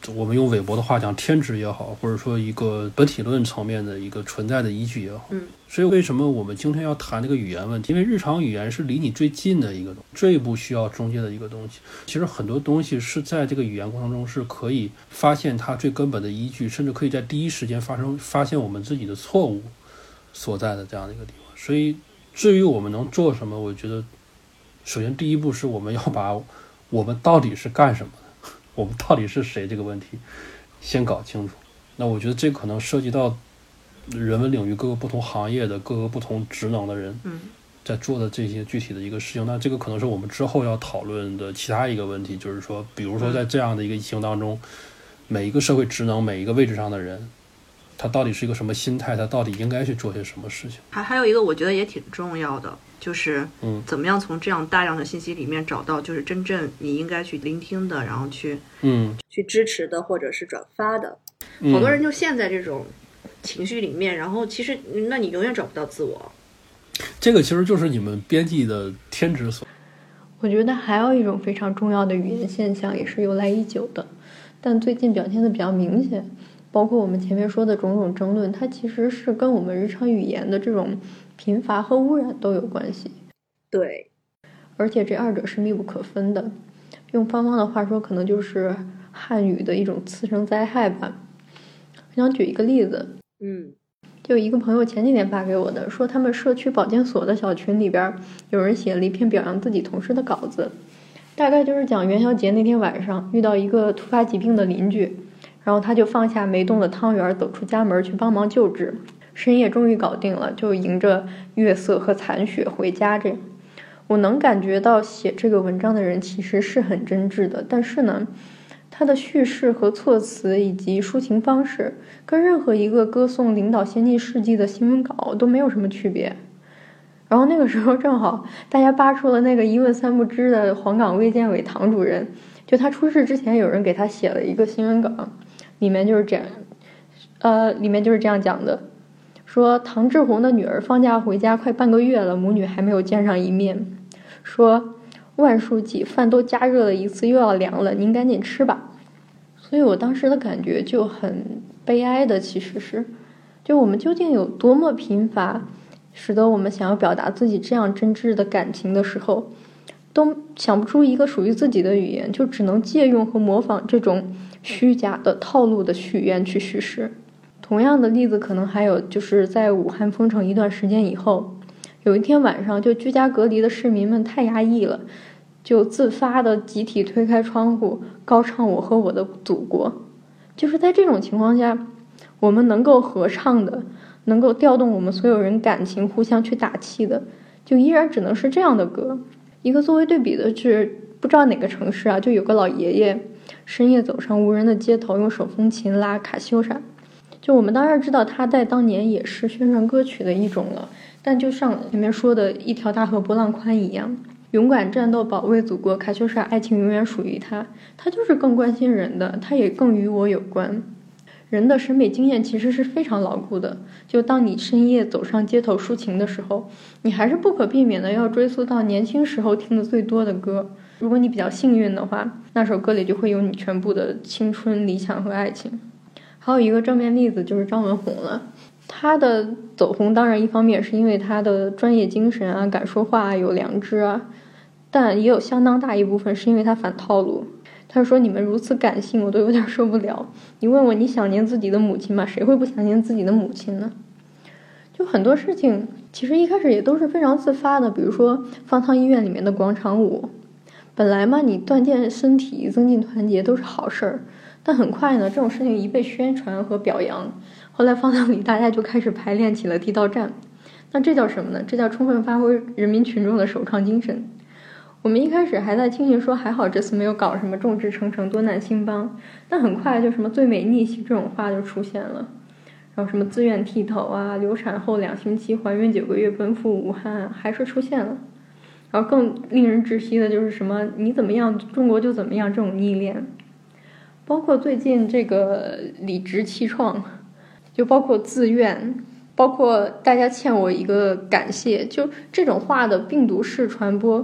我们用韦伯的话讲天职也好，或者说一个本体论层面的一个存在的依据也好。 嗯， 所以为什么我们今天要谈这个语言问题？因为日常语言是离你最近的一个东西，最不需要中介的一个东西。其实很多东西是在这个语言过程中是可以发现它最根本的依据，甚至可以在第一时间发生发现我们自己的错误所在的这样的一个地方。所以至于我们能做什么，我觉得首先第一步是我们要把我们到底是干什么的，我们到底是谁这个问题先搞清楚。那我觉得这可能涉及到人文领域各个不同行业的各个不同职能的人在做的这些具体的一个事情。那这个可能是我们之后要讨论的其他一个问题，就是说比如说在这样的一个疫情当中，每一个社会职能每一个位置上的人，他到底是一个什么心态，他到底应该去做些什么事情。 还还有一个我觉得也挺重要的，就是怎么样从这样大量的信息里面找到就是真正你应该去聆听的，然后去嗯去支持的或者是转发的。好多人就陷在这种情绪里面，然后其实那你永远找不到自我。 这个其实就是你们编辑的天职所。 我觉得还有一种非常重要的语言现象也是由来已久的，但最近表现的比较明显，包括我们前面说的种种争论，它其实是跟我们日常语言的这种贫乏和污染都有关系。 对， 而且这二者是密不可分的。用芳芳的话说，可能就是汉语的一种次生灾害吧。我想举一个例子， 嗯， 就一个朋友前几天发给我的，说他们社区保健所的小群里边有人写了一篇表扬自己同事的稿子，大概就是讲元宵节那天晚上遇到一个突发疾病的邻居，然后他就放下没动的汤圆走出家门去帮忙救治，深夜终于搞定了，就迎着月色和残雪回家。这样我能感觉到写这个文章的人其实是很真挚的，但是呢他的叙事和措辞以及抒情方式跟任何一个歌颂领导先进事迹的新闻稿都没有什么区别。然后那个时候正好大家扒出了那个一问三不知的黄岗卫健委唐主任，就他出事之前有人给他写了一个新闻稿，里面就是这样呃，里面就是这样讲的，说唐志红的女儿放假回家快半个月了，母女还没有见上一面，说万书记饭都加热了一次又要凉了，您赶紧吃吧。所以我当时的感觉就很悲哀的，其实是就我们究竟有多么贫乏，使得我们想要表达自己这样真挚的感情的时候都想不出一个属于自己的语言，就只能借用和模仿这种虚假的套路的许愿去叙事。同样的例子可能还有就是在武汉封城一段时间以后，有一天晚上就居家隔离的市民们太压抑了，就自发的集体推开窗户高唱我和我的祖国。就是在这种情况下，我们能够合唱的，能够调动我们所有人感情互相去打气的，就依然只能是这样的歌。一个作为对比的是不知道哪个城市啊，就有个老爷爷深夜走上无人的街头，用手风琴拉卡秋莎。就我们当然知道他在当年也是宣传歌曲的一种了，但就像前面说的一条大河波浪宽一样，勇敢战斗保卫祖国，卡秋莎爱情永远属于他，他就是更关心人的，他也更与我有关。人的审美经验其实是非常牢固的，就当你深夜走上街头抒情的时候，你还是不可避免的要追溯到年轻时候听的最多的歌。如果你比较幸运的话，那首歌里就会有你全部的青春理想和爱情。还有一个正面例子就是张文红了，他的走红当然一方面是因为他的专业精神啊，敢说话啊，有良知啊，但也有相当大一部分是因为他反套路。他说你们如此感性我都有点受不了，你问我你想念自己的母亲吗？谁会不想念自己的母亲呢？就很多事情其实一开始也都是非常自发的，比如说方舱医院里面的广场舞，本来嘛你锻炼身体增进团结都是好事儿，但很快呢这种事情一被宣传和表扬，后来方舱里大家就开始排练起了地道战。那这叫什么呢？这叫充分发挥人民群众的首创精神。我们一开始还在庆幸说还好这次没有搞什么众志成城多难兴邦，但很快就什么最美逆袭这种话就出现了，然后什么自愿剃头啊，流产后两星期怀孕九个月奔赴武汉还是出现了，然后更令人窒息的就是什么你怎么样中国就怎么样这种逆恋，包括最近这个理直气壮，就包括自愿，包括大家欠我一个感谢，就这种话的病毒式传播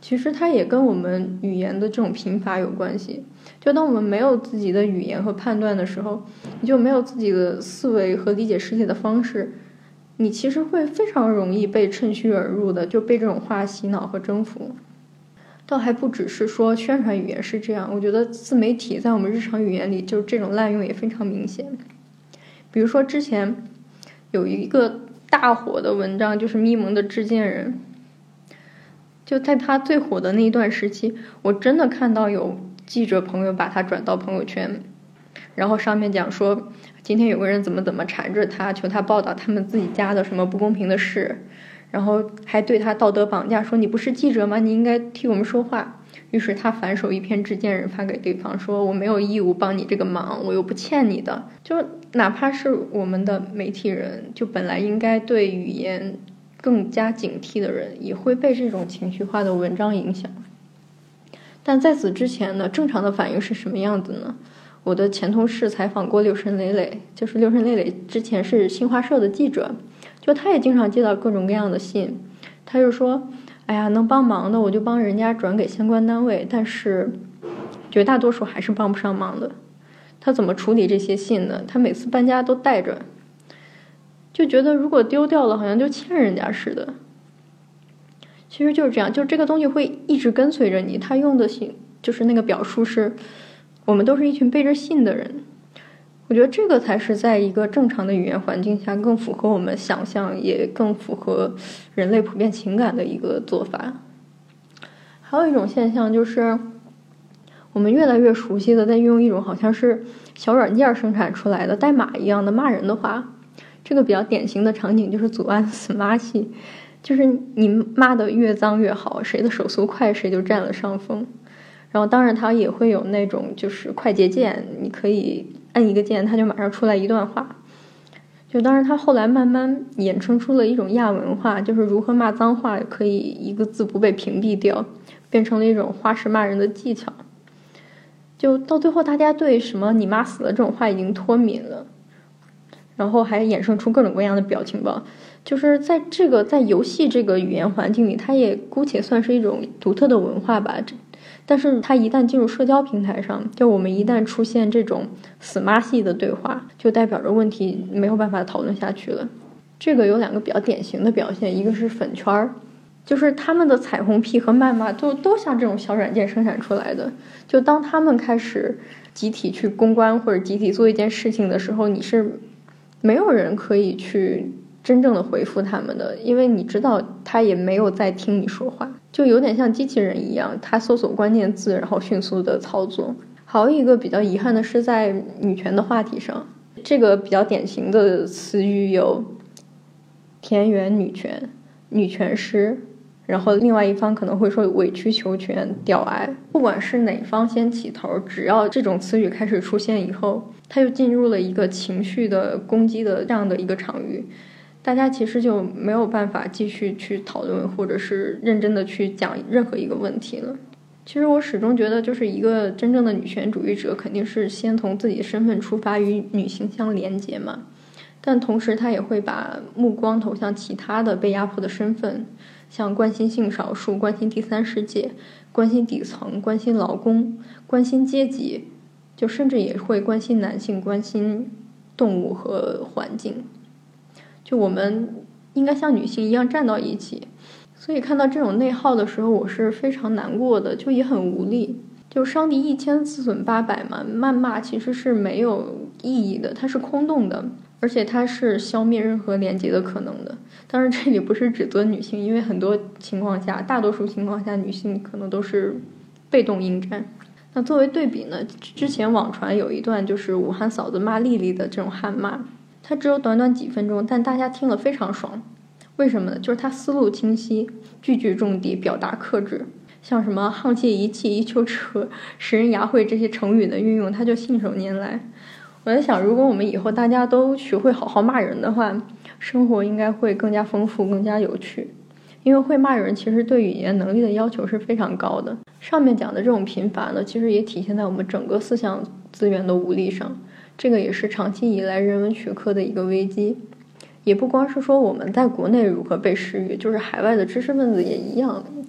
其实它也跟我们语言的这种贫乏有关系。就当我们没有自己的语言和判断的时候，你就没有自己的思维和理解世界的方式，你其实会非常容易被趁虚而入的就被这种话洗脑和征服。倒还不只是说宣传语言是这样，我觉得自媒体在我们日常语言里就这种滥用也非常明显。比如说之前有一个大火的文章，就是咪蒙的制件人，就在他最火的那一段时期，我真的看到有记者朋友把他转到朋友圈，然后上面讲说今天有个人怎么怎么缠着他，求他报道他们自己家的什么不公平的事，然后还对他道德绑架，说你不是记者吗？你应该替我们说话。于是他反手一篇制件人发给对方，说我没有义务帮你这个忙，我又不欠你的。就哪怕是我们的媒体人，就本来应该对语言更加警惕的人，也会被这种情绪化的文章影响。但在此之前呢，正常的反应是什么样子呢？我的前同事采访过六神磊磊，就是六神磊磊之前是新华社的记者，就他也经常接到各种各样的信，他就说哎呀，能帮忙的我就帮人家转给相关单位，但是绝大多数还是帮不上忙的。他怎么处理这些信呢？他每次搬家都带着，就觉得如果丢掉了好像就欠人家似的。其实就是这样，就这个东西会一直跟随着你。他用的信就是那个表述是我们都是一群背着信的人，我觉得这个才是在一个正常的语言环境下更符合我们想象，也更符合人类普遍情感的一个做法。还有一种现象就是我们越来越熟悉的在用一种好像是小软件生产出来的代码一样的骂人的话。这个比较典型的场景就是祖安死妈戏，就是你骂的越脏越好，谁的手速快谁就占了上风。然后当然它也会有那种就是快捷键，你可以按一个键它就马上出来一段话。就当然它后来慢慢衍生出了一种亚文化，就是如何骂脏话可以一个字不被屏蔽掉，变成了一种花式骂人的技巧。就到最后大家对什么你妈死了这种话已经脱敏了，然后还衍生出各种各样的表情包。就是在这个在游戏这个语言环境里，它也姑且算是一种独特的文化吧。但是它一旦进入社交平台上，就我们一旦出现这种死妈系的对话，就代表着问题没有办法讨论下去了。这个有两个比较典型的表现，一个是粉圈，就是他们的彩虹屁和谩骂都都像这种小软件生产出来的。就当他们开始集体去公关或者集体做一件事情的时候，你是没有人可以去真正的回复他们的，因为你知道他也没有在听你说话，就有点像机器人一样，他搜索关键字然后迅速的操作。还有一个比较遗憾的是在女权的话题上，这个比较典型的词语有田园女权、女权师，然后另外一方可能会说委曲求全、屌癌。不管是哪方先起头，只要这种词语开始出现以后，它就进入了一个情绪的攻击的这样的一个场域，大家其实就没有办法继续去讨论或者是认真的去讲任何一个问题了。其实我始终觉得，就是一个真正的女权主义者肯定是先从自己的身份出发，与女性相连结嘛，但同时他也会把目光投向其他的被压迫的身份，像关心性少数、关心第三世界、关心底层、关心劳工、关心阶级，就甚至也会关心男性、关心动物和环境。就我们应该像女性一样站到一起。所以看到这种内耗的时候，我是非常难过的，就也很无力。就伤敌一千自损八百嘛，谩骂其实是没有意义的，它是空洞的，而且它是消灭任何连接的可能的。当然这里不是指责女性，因为很多情况下，大多数情况下女性可能都是被动应战。那作为对比呢，之前网传有一段就是武汉嫂子骂丽丽的这种悍骂，它只有短短几分钟，但大家听了非常爽。为什么呢？就是他思路清晰，句句重点，表达克制。像什么沆瀣一气、一丘之貉、食人牙慧这些成语的运用，他就信手拈来。我在想，如果我们以后大家都学会好好骂人的话，生活应该会更加丰富、更加有趣。因为会骂人其实对语言能力的要求是非常高的。上面讲的这种贫乏呢，其实也体现在我们整个思想资源的无力上。这个也是长期以来人文学科的一个危机。也不光是说我们在国内如何被施予，就是海外的知识分子也一样，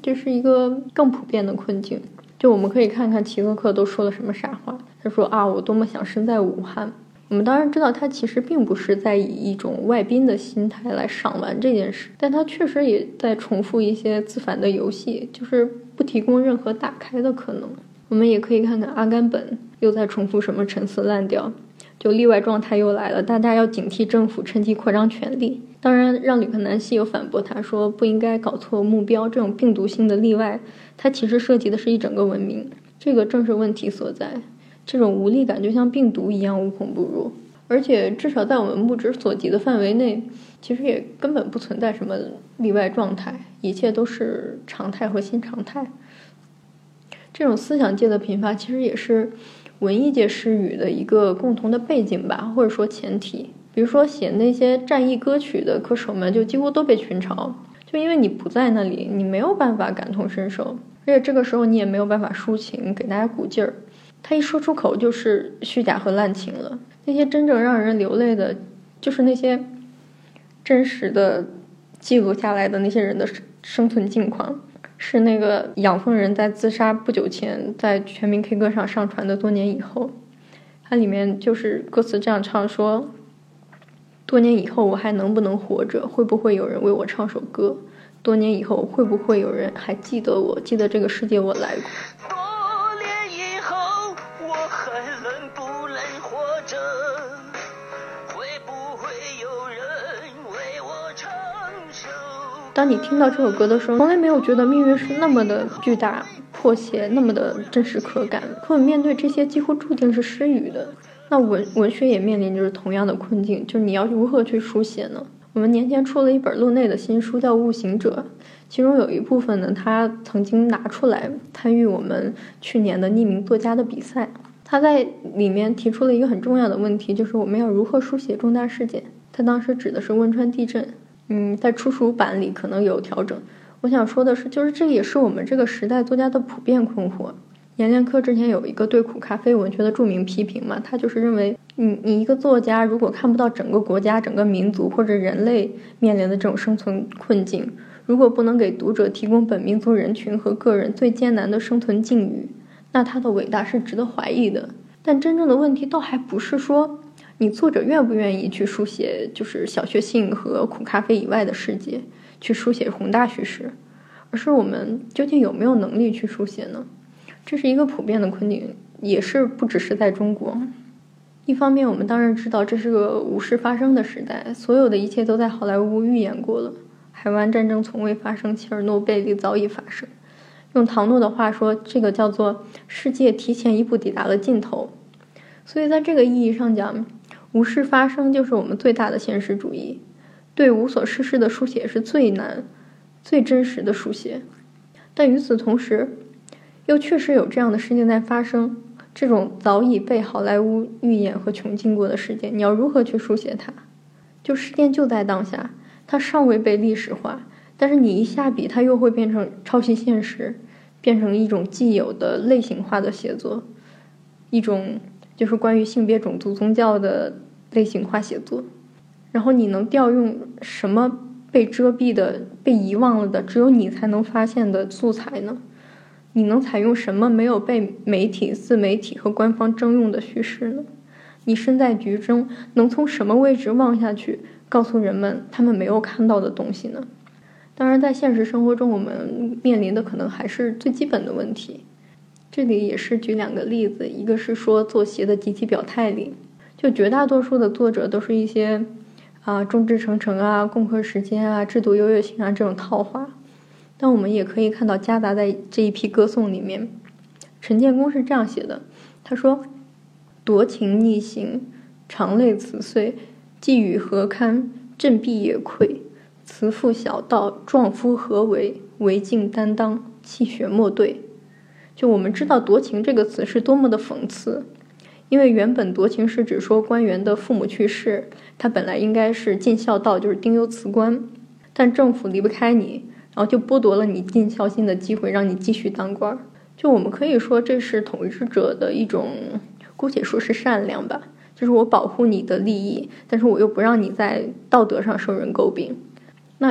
这是一个更普遍的困境。就我们可以看看齐泽克都说了什么傻话。他说啊，我多么想身在武汉。我们当然知道他其实并不是在以一种外宾的心态来赏玩这件事，但他确实也在重复一些自反的游戏，就是不提供任何打开的可能。我们也可以看看阿甘本又在重复什么陈词滥调，就例外状态又来了，大家要警惕政府趁机扩张权力。当然让吕克南希有反驳他说不应该搞错目标，这种病毒性的例外它其实涉及的是一整个文明，这个正是问题所在。这种无力感就像病毒一样无孔不入，而且至少在我们目之所及的范围内，其实也根本不存在什么例外状态，一切都是常态和新常态。这种思想界的贫乏其实也是文艺界失语的一个共同的背景吧，或者说前提。比如说写那些战役歌曲的歌手们就几乎都被群嘲，就因为你不在那里，你没有办法感同身受，而且这个时候你也没有办法抒情给大家鼓劲儿，他一说出口就是虚假和滥情了。那些真正让人流泪的就是那些真实的记录下来的那些人的生存境况，是那个养蜂人在自杀不久前在全民 K 歌上上传的多年以后。它里面就是歌词这样唱说，多年以后我还能不能活着，会不会有人为我唱首歌，多年以后会不会有人还记得我，记得这个世界我来过。 多年以后我还能不能活着，会不会有人为我唱首。 当你听到这首歌的时候，从来没有觉得命运是那么的巨大迫切，那么的真实可感，可我们面对这些几乎注定是失语的。那文文学也面临着同样的困境，就是你要如何去书写呢？我们年前出了一本路内的新书叫《悟行者》，其中有一部分呢，他曾经拿出来参与我们去年的匿名作家的比赛。他在里面提出了一个很重要的问题，就是我们要如何书写重大事件。他当时指的是汶川地震，嗯，在初书版里可能有调整。我想说的是，就是这也是我们这个时代作家的普遍困惑。阎连科之前有一个对苦咖啡文学的著名批评嘛，他就是认为你你一个作家如果看不到整个国家、整个民族或者人类面临的这种生存困境，如果不能给读者提供本民族人群和个人最艰难的生存境遇，那他的伟大是值得怀疑的。但真正的问题倒还不是说你作者愿不愿意去书写就是小确幸和苦咖啡以外的世界，去书写宏大叙事，而是我们究竟有没有能力去书写呢？这是一个普遍的困境，也是不只是在中国。一方面我们当然知道这是个无事发生的时代，所有的一切都在好莱坞预演过了，海湾战争从未发生，切尔诺贝利早已发生。用唐诺的话说，这个叫做世界提前一步抵达了尽头。所以在这个意义上讲，无事发生就是我们最大的现实主义，对无所事事的书写是最难最真实的书写。但与此同时又确实有这样的事件在发生，这种早已被好莱坞预演和穷尽过的事件，你要如何去书写它？就事件就在当下，它尚未被历史化，但是你一下笔，它又会变成抄袭现实，变成一种既有的类型化的写作，一种就是关于性别、种族、宗教的类型化写作。然后你能调用什么被遮蔽的、被遗忘了的、只有你才能发现的素材呢？你能采用什么没有被媒体、自媒体和官方征用的叙事呢？你身在局中，能从什么位置望下去，告诉人们他们没有看到的东西呢？当然，在现实生活中，我们面临的可能还是最基本的问题。这里也是举两个例子，一个是说作协的集体表态里，就绝大多数的作者都是一些啊众志成城啊、共克时艰啊、制度优越性啊这种套话。但我们也可以看到夹杂在这一批歌颂里面，陈建功是这样写的，他说：夺情逆行，长泪辞岁，寄语何堪，振臂也溃，慈父小道，壮夫何为，为敬担当，气血莫对。就我们知道夺情这个词是多么的讽刺，因为原本夺情是指说官员的父母去世，他本来应该是尽孝道，就是丁忧辞官，但政府离不开你，然后就剥夺了你尽孝心的机会，让你继续当官。就我们可以说这是统治者的一种，姑且说是善良吧，就是我保护你的利益，但是我又不让你在道德上受人诟病。那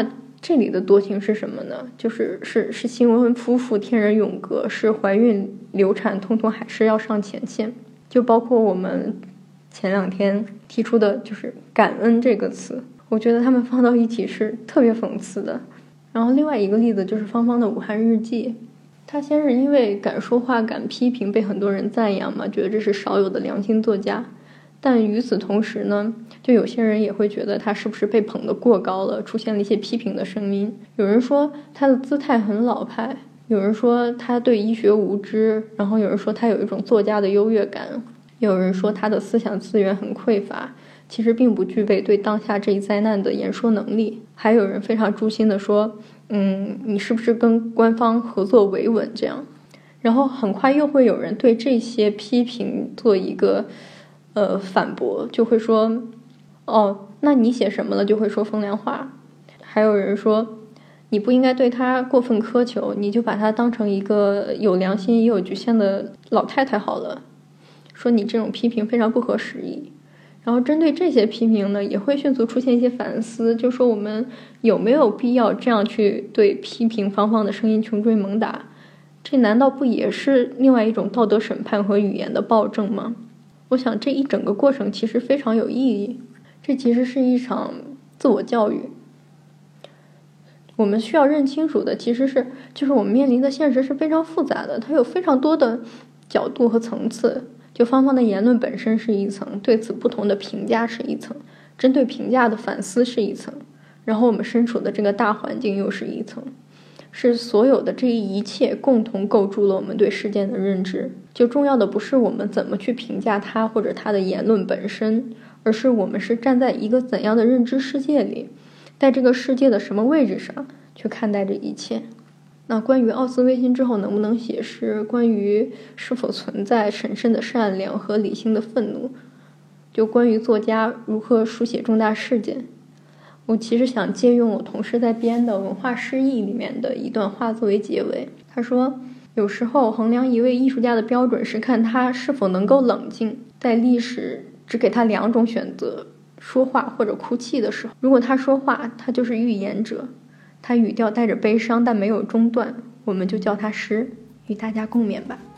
这里的多情是什么呢？就是是是新婚夫妇天人永隔，是怀孕流产，通通还是要上前线。就包括我们前两天提出的就是感恩这个词，我觉得他们放到一起是特别讽刺的。然后另外一个例子就是芳芳的武汉日记，她先是因为敢说话敢批评被很多人赞扬嘛，觉得这是少有的良心作家，但与此同时呢，就有些人也会觉得他是不是被捧得过高了，出现了一些批评的声音。有人说他的姿态很老派，有人说他对医学无知，然后有人说他有一种作家的优越感，有人说他的思想资源很匮乏，其实并不具备对当下这一灾难的言说能力。还有人非常诛心的说，嗯，你是不是跟官方合作维稳这样。然后很快又会有人对这些批评做一个呃反驳，就会说，哦，那你写什么了就会说风凉话。还有人说你不应该对他过分苛求，你就把他当成一个有良心也有局限的老太太好了，说你这种批评非常不合时宜。然后针对这些批评呢，也会迅速出现一些反思，就说我们有没有必要这样去对批评芳芳的声音穷追猛打？这难道不也是另外一种道德审判和语言的暴政吗？我想这一整个过程其实非常有意义，这其实是一场自我教育。我们需要认清楚的其实是，就是我们面临的现实是非常复杂的，它有非常多的角度和层次。就芳芳的言论本身是一层，对此不同的评价是一层，针对评价的反思是一层，然后我们身处的这个大环境又是一层，是所有的这一切共同构筑了我们对事件的认知。就重要的不是我们怎么去评价他或者他的言论本身，而是我们是站在一个怎样的认知世界里，在这个世界的什么位置上去看待这一切。那关于奥斯威辛之后能不能写诗，关于是否存在神圣的善良和理性的愤怒，就关于作家如何书写重大事件，我其实想借用我同事在编的《文化诗意》里面的一段话作为结尾。他说，有时候衡量一位艺术家的标准是看他是否能够冷静，在历史只给他两种选择，说话或者哭泣的时候，如果他说话，他就是预言者，他语调带着悲伤但没有中断，我们就叫他诗，与大家共勉吧。